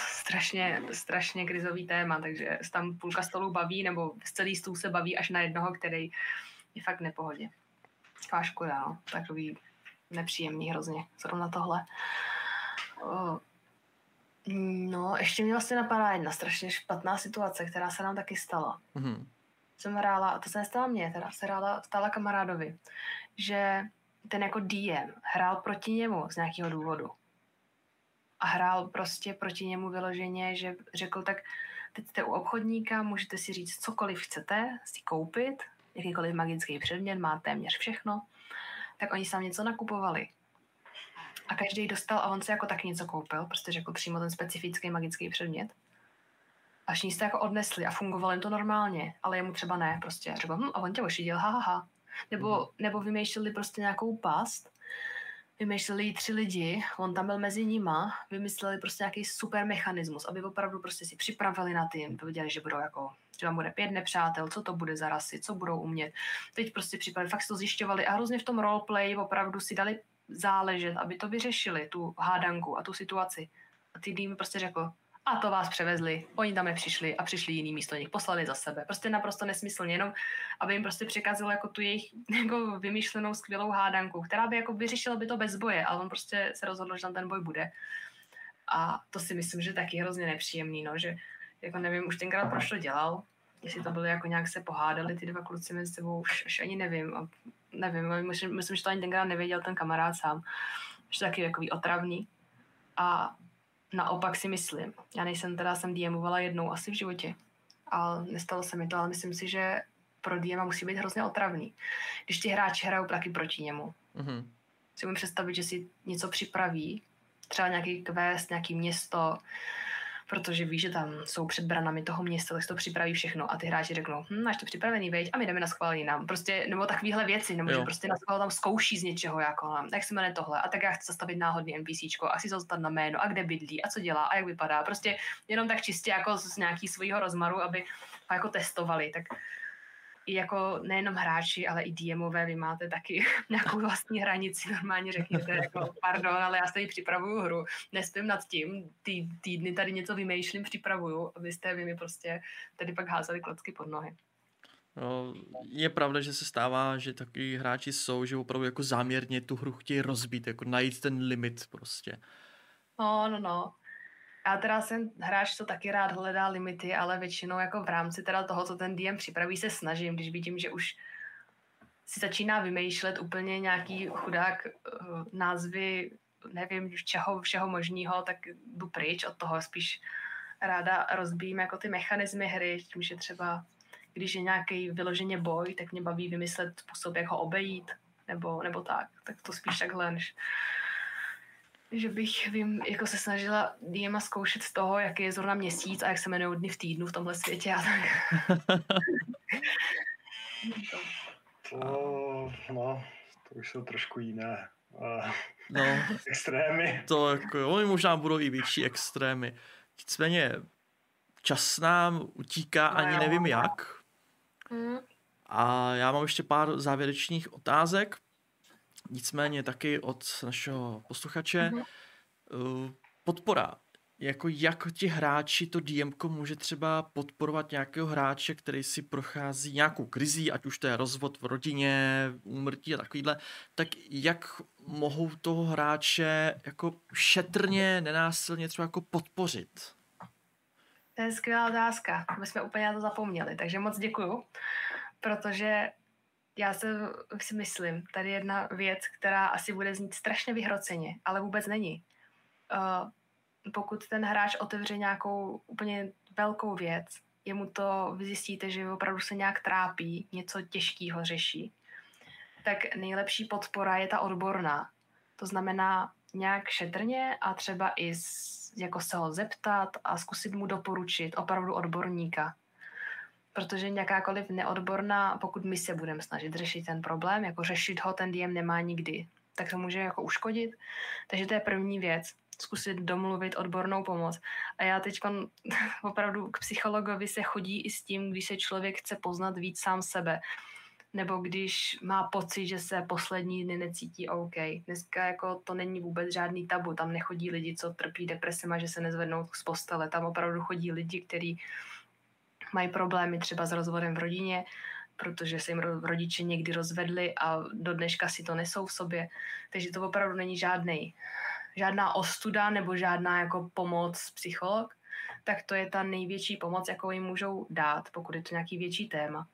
Speaker 2: strašně krizový téma, takže se tam půlka stolu baví, nebo celý stůl se baví až na jednoho, který je fakt v nepohodě. Taková škoda, no. Takový nepříjemný hrozně, zrovna tohle. No, ještě mě vlastně napadá jedna strašně špatná situace, která se nám taky stala. Jsem hrála, a to se nestala mně, teda se stala kamarádovi, že ten jako DM hrál proti němu z nějakého důvodu. A hrál prostě proti němu vyloženě, že řekl, tak teď jste u obchodníka, můžete si říct cokoliv chcete, si koupit, jakýkoliv magický předmět, má téměř všechno, tak oni sám něco nakupovali. A každý dostal a on si jako tak něco koupil, prostě řekl přímo ten specifický magický předmět. A všichni se jako odnesli a fungovalo jim to normálně, ale jemu třeba ne, prostě řekl, a on tě ošidil, ha. Nebo vymýšleli prostě nějakou past vymýšleli 3 lidi, on tam byl mezi nima, vymysleli prostě nějaký super mechanismus, aby opravdu prostě si připravili na tým, věděli, že budou jako, že tam bude 5 nepřátel, co to bude za rasy, co budou umět. Teď prostě připravili, fakt si to zjišťovali a hrozně v tom roleplay opravdu si dali záležet, aby to vyřešili, tu hádanku a tu situaci. A ty tým prostě řekl, a to vás převezli, oni tam nepřišli a přišli jiný místo nich, poslali za sebe. Prostě naprosto nesmyslně, jenom aby jim prostě překazilo jako tu jejich jako vymýšlenou skvělou hádanku, která by jako vyřešila by to bez boje, ale on prostě se rozhodl, že tam ten boj bude. A to si myslím, že taky hrozně nepříjemný, no, že jako nevím, už tenkrát proč to dělal, jestli to bylo jako nějak se pohádali ty 2 kluci mezi sebou, už ani nevím, myslím, že to ani tenkrát nevěděl ten kamarád sám, že to taky takový otravný. A naopak si myslím, já jsem DMovala jednou asi v životě, a nestalo se mi to, ale myslím si, že pro DMa musí být hrozně otravný. Když ti hráči hrajou taky proti němu. Mm-hmm. Si můžu představit, že si něco připraví, třeba nějaký quest, nějaký město, protože víš, že tam jsou před branami toho města, tak si to připraví všechno a ty hráči řeknou, máš to připravený, veď, a my jdeme na schvál jinam. Prostě, nebo takovýhle věci, nebo že prostě na schvál tam zkouší z něčeho, jako, jak se jmenuje tohle, a tak já chci zastavit náhodný NPCčko, a chci zastat na jméno, a kde bydlí, a co dělá, a jak vypadá. Prostě jenom tak čistě jako z nějaký svýho rozmaru, aby ho jako testovali. Tak i jako nejenom hráči, ale i DMové, vy máte taky nějakou vlastní hranici, normálně řekněte, jako pardon, ale já tady připravuju hru, nespím nad tím, ty týdny tady něco vymýšlím, připravuju, abyste vy mi prostě tady pak házeli klacky pod nohy.
Speaker 1: No, je pravda, že se stává, že takový hráči jsou, že opravdu jako záměrně tu hru chtějí rozbít, jako najít ten limit prostě.
Speaker 2: No. Já teda jsem hráč, co taky rád hledá limity, ale většinou jako v rámci teda toho, co ten DM připraví, se snažím, když vidím, že už si začíná vymýšlet úplně nějaký chudák názvy, nevím, všeho možného, tak jdu pryč od toho, spíš ráda rozbijím jako ty mechanismy hry, tím, že třeba když je nějaký vyloženě boj, tak mě baví vymyslet způsob, jak ho obejít, nebo tak to spíš takhle, než že bych jako se snažila DMa zkoušet z toho, jaký je zrovna měsíc a jak se jmenují dny v týdnu v tomhle světě a tak.
Speaker 3: To už jsou trošku jiné
Speaker 1: no,
Speaker 3: extrémy.
Speaker 1: To jako, oni možná budou i větší extrémy. Nicméně čas nám utíká, ani nevím jak. A já mám ještě pár závěrečných otázek. Nicméně taky od našeho posluchače. Podpora. Jako jak ti hráči, to DMko může třeba podporovat nějakého hráče, který si prochází nějakou krizí, ať už to je rozvod v rodině, úmrtí a takovýhle, tak jak mohou toho hráče jako šetrně, nenásilně třeba jako podpořit?
Speaker 2: To je skvělá otázka. My jsme úplně na to zapomněli, takže moc děkuju, protože já si myslím, tady jedna věc, která asi bude znít strašně vyhroceně, ale vůbec není. Pokud ten hráč otevře nějakou úplně velkou věc, vy zjistíte, že zjistíte, se nějak trápí, něco těžkého řeší, tak nejlepší podpora je ta odborná. To znamená nějak šetrně a třeba i jako se ho zeptat a zkusit mu doporučit opravdu odborníka. Protože nějakákoliv neodborná, pokud my se budeme snažit řešit ten problém, jako řešit ho ten DM nemá nikdy, tak to může jako uškodit. Takže to je první věc. Zkusit domluvit odbornou pomoc. A já teď opravdu k psychologovi se chodí i s tím, když se člověk chce poznat víc sám sebe. Nebo když má pocit, že se poslední dny necítí OK. Dneska jako to není vůbec žádný tabu. Tam nechodí lidi, co trpí depresema, že se nezvednou z postele. Tam opravdu chodí lidi, kteří mají problémy třeba s rozvodem v rodině, protože se jim rodiče někdy rozvedli a do dneška si to nesou v sobě. Takže to opravdu není žádná ostuda nebo žádná jako pomoc psycholog, tak to je ta největší pomoc, jakou jim můžou dát, pokud je to nějaký větší téma.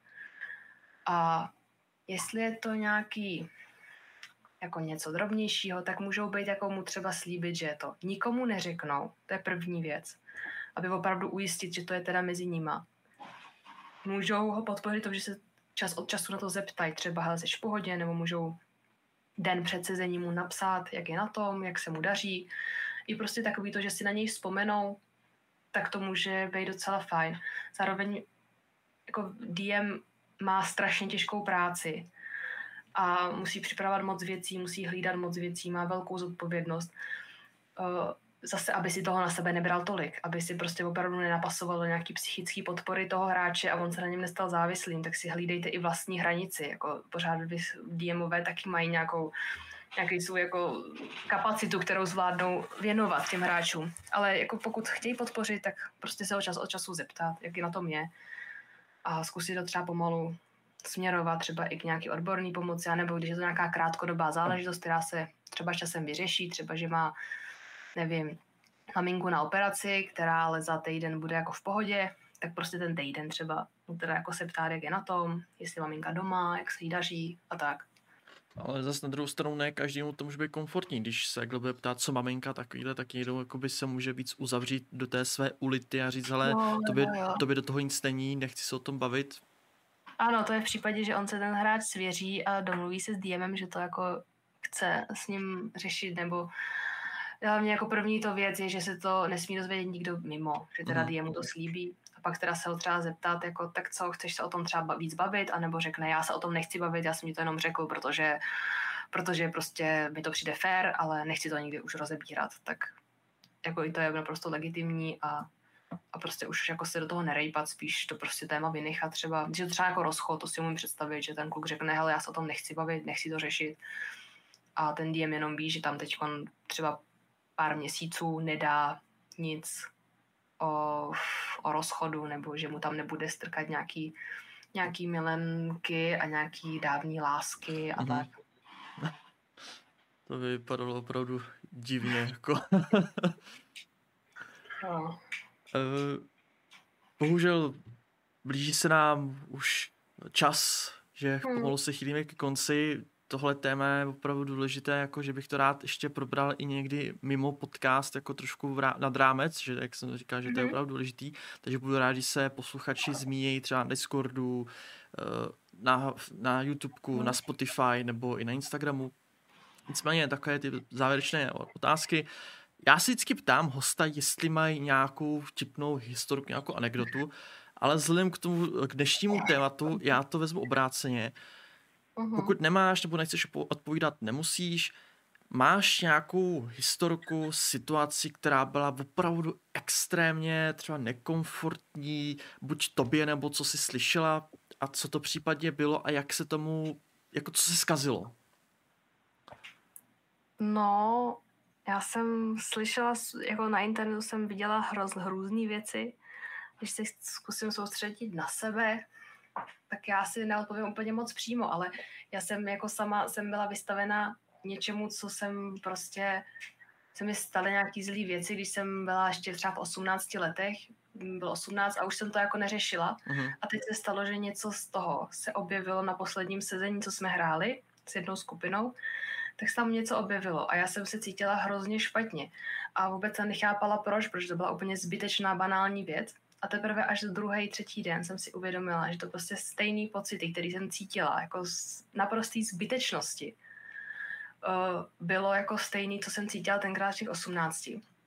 Speaker 2: A jestli je to nějaký jako něco drobnějšího, tak můžou být jako mu třeba slíbit, že to nikomu neřeknou. To je první věc. Aby opravdu ujistit, že to je teda mezi nima. Můžou ho podpořit to, že se čas od času na to zeptají, třeba hele, seš v pohodě, nebo můžou den před sezením mu napsat, jak je na tom, jak se mu daří. I prostě takový to, že si na něj vzpomenou, tak to může být docela fajn. Zároveň jako DM má strašně těžkou práci a musí připravovat moc věcí, musí hlídat moc věcí, má velkou zodpovědnost. Zase, aby si toho na sebe nebral tolik, aby si prostě opravdu nenapasoval do nějaký psychický podpory toho hráče a on se na něm nestal závislým, tak si hlídejte i vlastní hranici. Jako pořád DMové taky mají nějaký svou jako kapacitu, kterou zvládnou věnovat těm hráčům. Ale jako pokud chtějí podpořit, tak prostě se od času zeptat, jak je na tom je. A zkusit to třeba pomalu směrovat třeba i k nějaký odborný pomoci, nebo když je to nějaká krátkodobá záležitost, která se třeba časem vyřeší, třeba že má, nevím, maminku na operaci, která ale za týden bude jako v pohodě, tak prostě ten týden třeba teda jako se ptát, jak je na tom, jestli maminka doma, jak se jí daří a tak.
Speaker 1: Ale zase na druhou stranu ne každému to může být komfortní. Když se takhle bude ptát, co maminka, takovýhle, tak někdo jakoby se může víc uzavřít do té své ulity a říct, ale tobě do toho nic není, nechci se o tom bavit.
Speaker 2: Ano, to je v případě, že on se ten hráč svěří a domluví se s DMem, že to jako chce s ním řešit, nebo hlavně jako první to věc je, že se to nesmí dozvědět nikdo mimo, že teda DMu to slíbí. A pak teda se ho třeba zeptat, jako, tak co, chceš se o tom třeba víc bavit, anebo řekne, já se o tom nechci bavit, já jsem ti to jenom řekl, protože prostě mi to přijde fair, ale nechci to nikdy už rozebírat, tak jako i to je naprosto legitimní a prostě už jako se do toho nerejpat, spíš to prostě téma vynechat třeba, když je to třeba jako rozchod, to si umím představit, že ten kluk řekne, hele, já se o tom nechci bavit, nechci to řešit a ten DM jenom ví, že tam teď třeba pár měsíců nedá nic o rozchodu, nebo že mu tam nebude strkat nějaký milenky a nějaký dávní lásky a tak.
Speaker 1: To by vypadalo opravdu divně, jako.
Speaker 2: No.
Speaker 1: Bohužel blíží se nám už čas, že pomalu se chýlíme ke konci. Tohle téma je opravdu důležité, jako že bych to rád ještě probral i někdy mimo podcast, jako trošku nad rámec, že jak jsem říkal, že to je opravdu důležitý, takže budu rád, že se posluchači zmínějí třeba na Discordu, na YouTubeku, na Spotify nebo i na Instagramu. Nicméně takové ty závěrečné otázky. Já si vždycky ptám hosta, jestli mají nějakou vtipnou historku, nějakou anekdotu, ale vzhledem k dnešnímu tématu já to vezmu obráceně. Pokud nemáš nebo nechceš odpovídat, nemusíš. Máš nějakou historku, situaci, která byla opravdu extrémně třeba nekomfortní, buď tobě, nebo co jsi slyšela a co to případně bylo a jak se tomu, jako co se zkazilo?
Speaker 2: No, já jsem slyšela, jako na internetu jsem viděla hrůzný věci. Když se zkusím soustředit na sebe, tak já si neodpovím úplně moc přímo, ale já jsem jako sama jsem byla vystavena něčemu, co jsem prostě, se mi staly nějaký zlý věci, když jsem byla ještě třeba v 18 letech, bylo 18 a už jsem to jako neřešila. A teď se stalo, že něco z toho se objevilo na posledním sezení, co jsme hráli s jednou skupinou, tak se tam něco objevilo a já jsem se cítila hrozně špatně a vůbec jsem nechápala protože to byla úplně zbytečná banální věc. A teprve až druhý, třetí den jsem si uvědomila, že to prostě stejný pocity, který jsem cítila, jako z naprostý zbytečnosti, bylo jako stejný, co jsem cítila tenkrát v těch 18.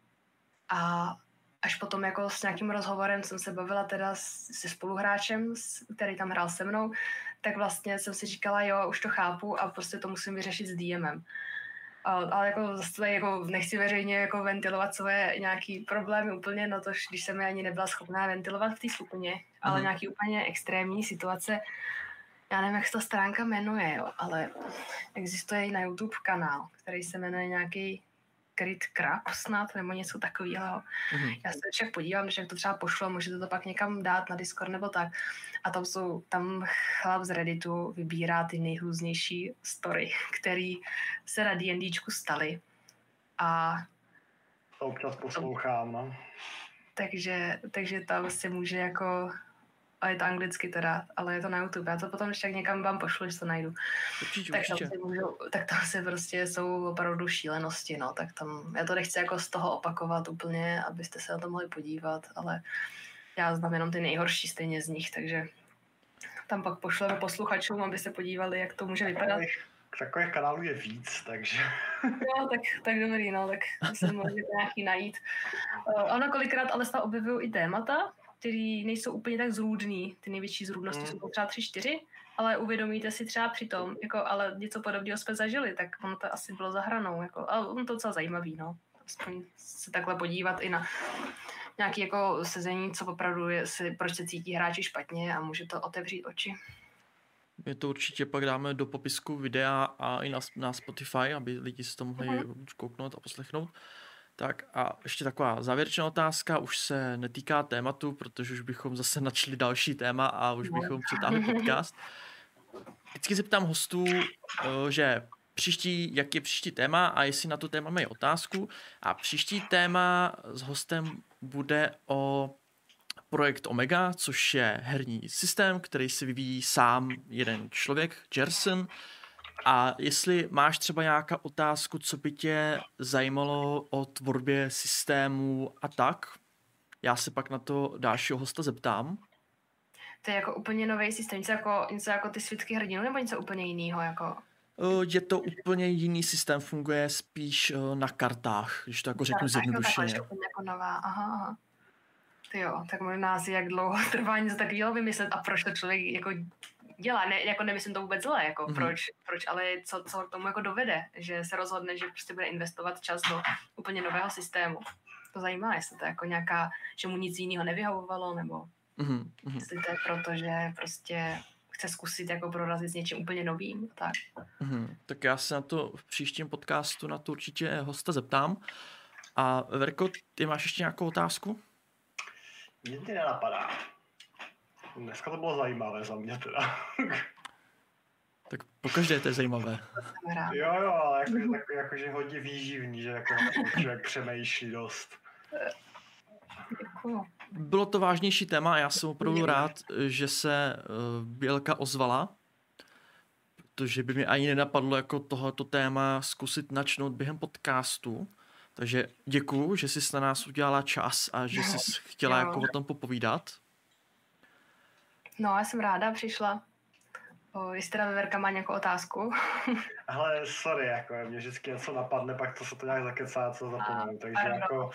Speaker 2: A až potom jako s nějakým rozhovorem jsem se bavila teda se spoluhráčem, který tam hrál se mnou, tak vlastně jsem si říkala, jo, už to chápu a prostě to musím vyřešit s DMem. Ale jako zase jako nechci veřejně jako ventilovat svoje nějaký problémy úplně, no to když jsem je ani nebyla schopná ventilovat v té skupině, ale nějaký úplně extrémní situace, já nevím, jak se ta stránka jmenuje, jo, ale existuje i na YouTube kanál, který se jmenuje nějaký Crit Crap snad, nebo něco takového. Já se však podívám, že jak to třeba pošlo, můžete to pak někam dát na Discord nebo tak. A tam chlap z Redditu vybírá ty nejhrůznější story, které se na D&Dčku staly. A
Speaker 3: to občas poslouchám, no.
Speaker 2: Takže tam se může jako, a je to anglicky teda, ale je to na YouTube. Já to potom ještě tak někam vám pošlu, že to najdu. Tak tam se prostě jsou opravdu šílenosti, no. Tak tam, já to nechci jako z toho opakovat úplně, abyste se na to mohli podívat, ale já znám jenom ty nejhorší stejně z nich, takže tam pak pošleme posluchačům, aby se podívali, jak to může vypadat.
Speaker 3: Takových kanálů je víc, takže...
Speaker 2: No, tak dobrý, no, tak se můžete nějaký najít. Ono kolikrát ale se tam objevují i témata, který nejsou úplně tak zrůdný. Ty největší zrůdnosti jsou třeba 3-4, ale uvědomíte si třeba přitom, jako, ale něco podobného jsme zažili, tak ono to asi bylo za hranou. Jako, ale ono to docela zajímavý, no. Aspoň se takhle podívat i na nějaké jako sezení, co opravdu je, proč se cítí hráči špatně a může to otevřít oči.
Speaker 1: My to určitě pak dáme do popisku videa a i na Spotify, aby lidi si to mohli kouknout a poslechnout. Tak a ještě taková závěrečná otázka, už se netýká tématu, protože už bychom zase načli další téma a už bychom přitáhli podcast. Vždycky se ptám hostů, že jak je příští téma a jestli na to téma mají otázku. A příští téma s hostem bude o projekt Omega, což je herní systém, který si vyvíjí sám jeden člověk, Gerson. A jestli máš třeba nějakou otázku, co by tě zajímalo o tvorbě systému a tak, já se pak na to dalšího hosta zeptám.
Speaker 2: To je jako úplně nový systém, něco jako ty svitky hrdinů, nebo něco úplně jiného? Jako...
Speaker 1: Je to úplně jiný systém, funguje spíš na kartách, když to jako řeknu zjednodušeně.
Speaker 2: To je úplně jako nová, aha. Ty jo, tak možná asi jak dlouho trvá něco takového vymyslet a proč to člověk jako dělá, ne, jako nemyslím to vůbec zle, jako proč, ale co k tomu jako dovede, že se rozhodne, že prostě bude investovat čas do úplně nového systému. To zajímá, jestli to je jako nějaká, že mu nic jiného nevyhovovalo, nebo jestli to je proto, že prostě chce zkusit jako prorazit s něčím úplně novým. Tak.
Speaker 1: Tak já se na to v příštím podcastu na to určitě hosta zeptám. A Verko, ty máš ještě nějakou otázku?
Speaker 3: Mě ty nenapadá. Dneska to bylo zajímavé za mě teda.
Speaker 1: Tak pokaždé to je zajímavé.
Speaker 3: Jo, ale jakože hodně výživný, že jako člověk přemýšlí dost.
Speaker 2: Děkuju.
Speaker 1: Bylo to vážnější téma a já jsem opravdu rád, že se Bělka ozvala, protože by mi ani nenapadlo jako tohoto téma zkusit načnout během podcastu. Takže děkuju, že jsi na nás udělala čas a že jsi chtěla jako o tom popovídat.
Speaker 2: No, já jsem ráda přišla. Jestli teda Verka má nějakou otázku.
Speaker 3: Ale sorry, jako mě vždycky něco napadne, pak to se to nějak zakecá, co zapomenu. Takže jako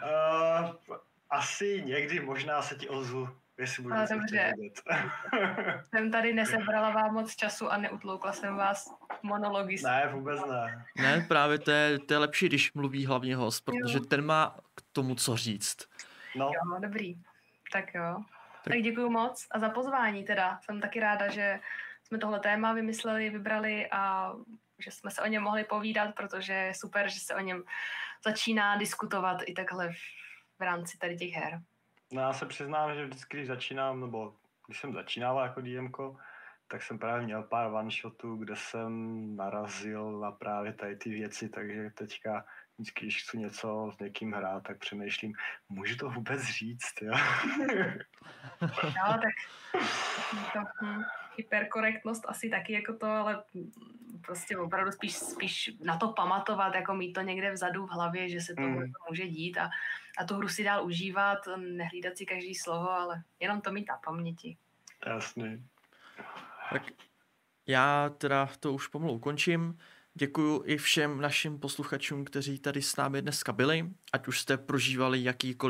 Speaker 3: asi někdy možná se ti ozvu, jestli budu něco vědět.
Speaker 2: Jsem tady nesebrala vám moc času a neutloukla jsem vás monology.
Speaker 3: Ne, vůbec ne.
Speaker 1: Ne, právě to je lepší, když mluví hlavně host, protože ten má k tomu co říct.
Speaker 2: No. Jo, dobrý. Tak jo. Tak děkuju moc a za pozvání teda. Jsem taky ráda, že jsme tohle téma vybrali a že jsme se o něm mohli povídat, protože je super, že se o něm začíná diskutovat i takhle v rámci tady těch her.
Speaker 3: No já se přiznám, že vždycky, když začínám, nebo když jsem začínal jako DMko, tak jsem právě měl pár one-shotů, kde jsem narazil na právě tady ty věci, takže teďka vždycky, když chci něco s někým hrát, tak přemýšlím, můžu to vůbec říct, jo?
Speaker 2: No, tak to hyperkorektnost asi taky jako to, ale prostě opravdu spíš na to pamatovat, jako mít to někde vzadu v hlavě, že se to může dít a tu hru si dál užívat, nehlídat si každý slovo, ale jenom to mít na paměti.
Speaker 3: Jasně.
Speaker 1: Tak já teda to už pomalu ukončím. Děkuju i všem našim posluchačům, kteří tady s námi dneska byli, ať už jste prožívali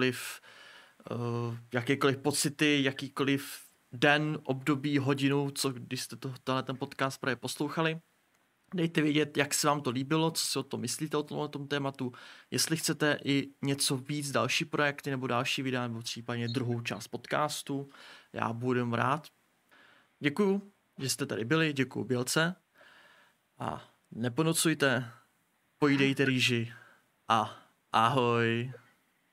Speaker 1: jakékoliv pocity, jakýkoliv den, období, hodinu, když jste ten podcast právě poslouchali. Dejte vědět, jak se vám to líbilo, co si o tom myslíte o tom tématu, jestli chcete i něco víc, další projekty nebo další videa, nebo případně druhou část podcastu. Já budu rád. Děkuju, že jste tady byli, děkuju Bělce a neponocujte, pojídejte rýži a ahoj.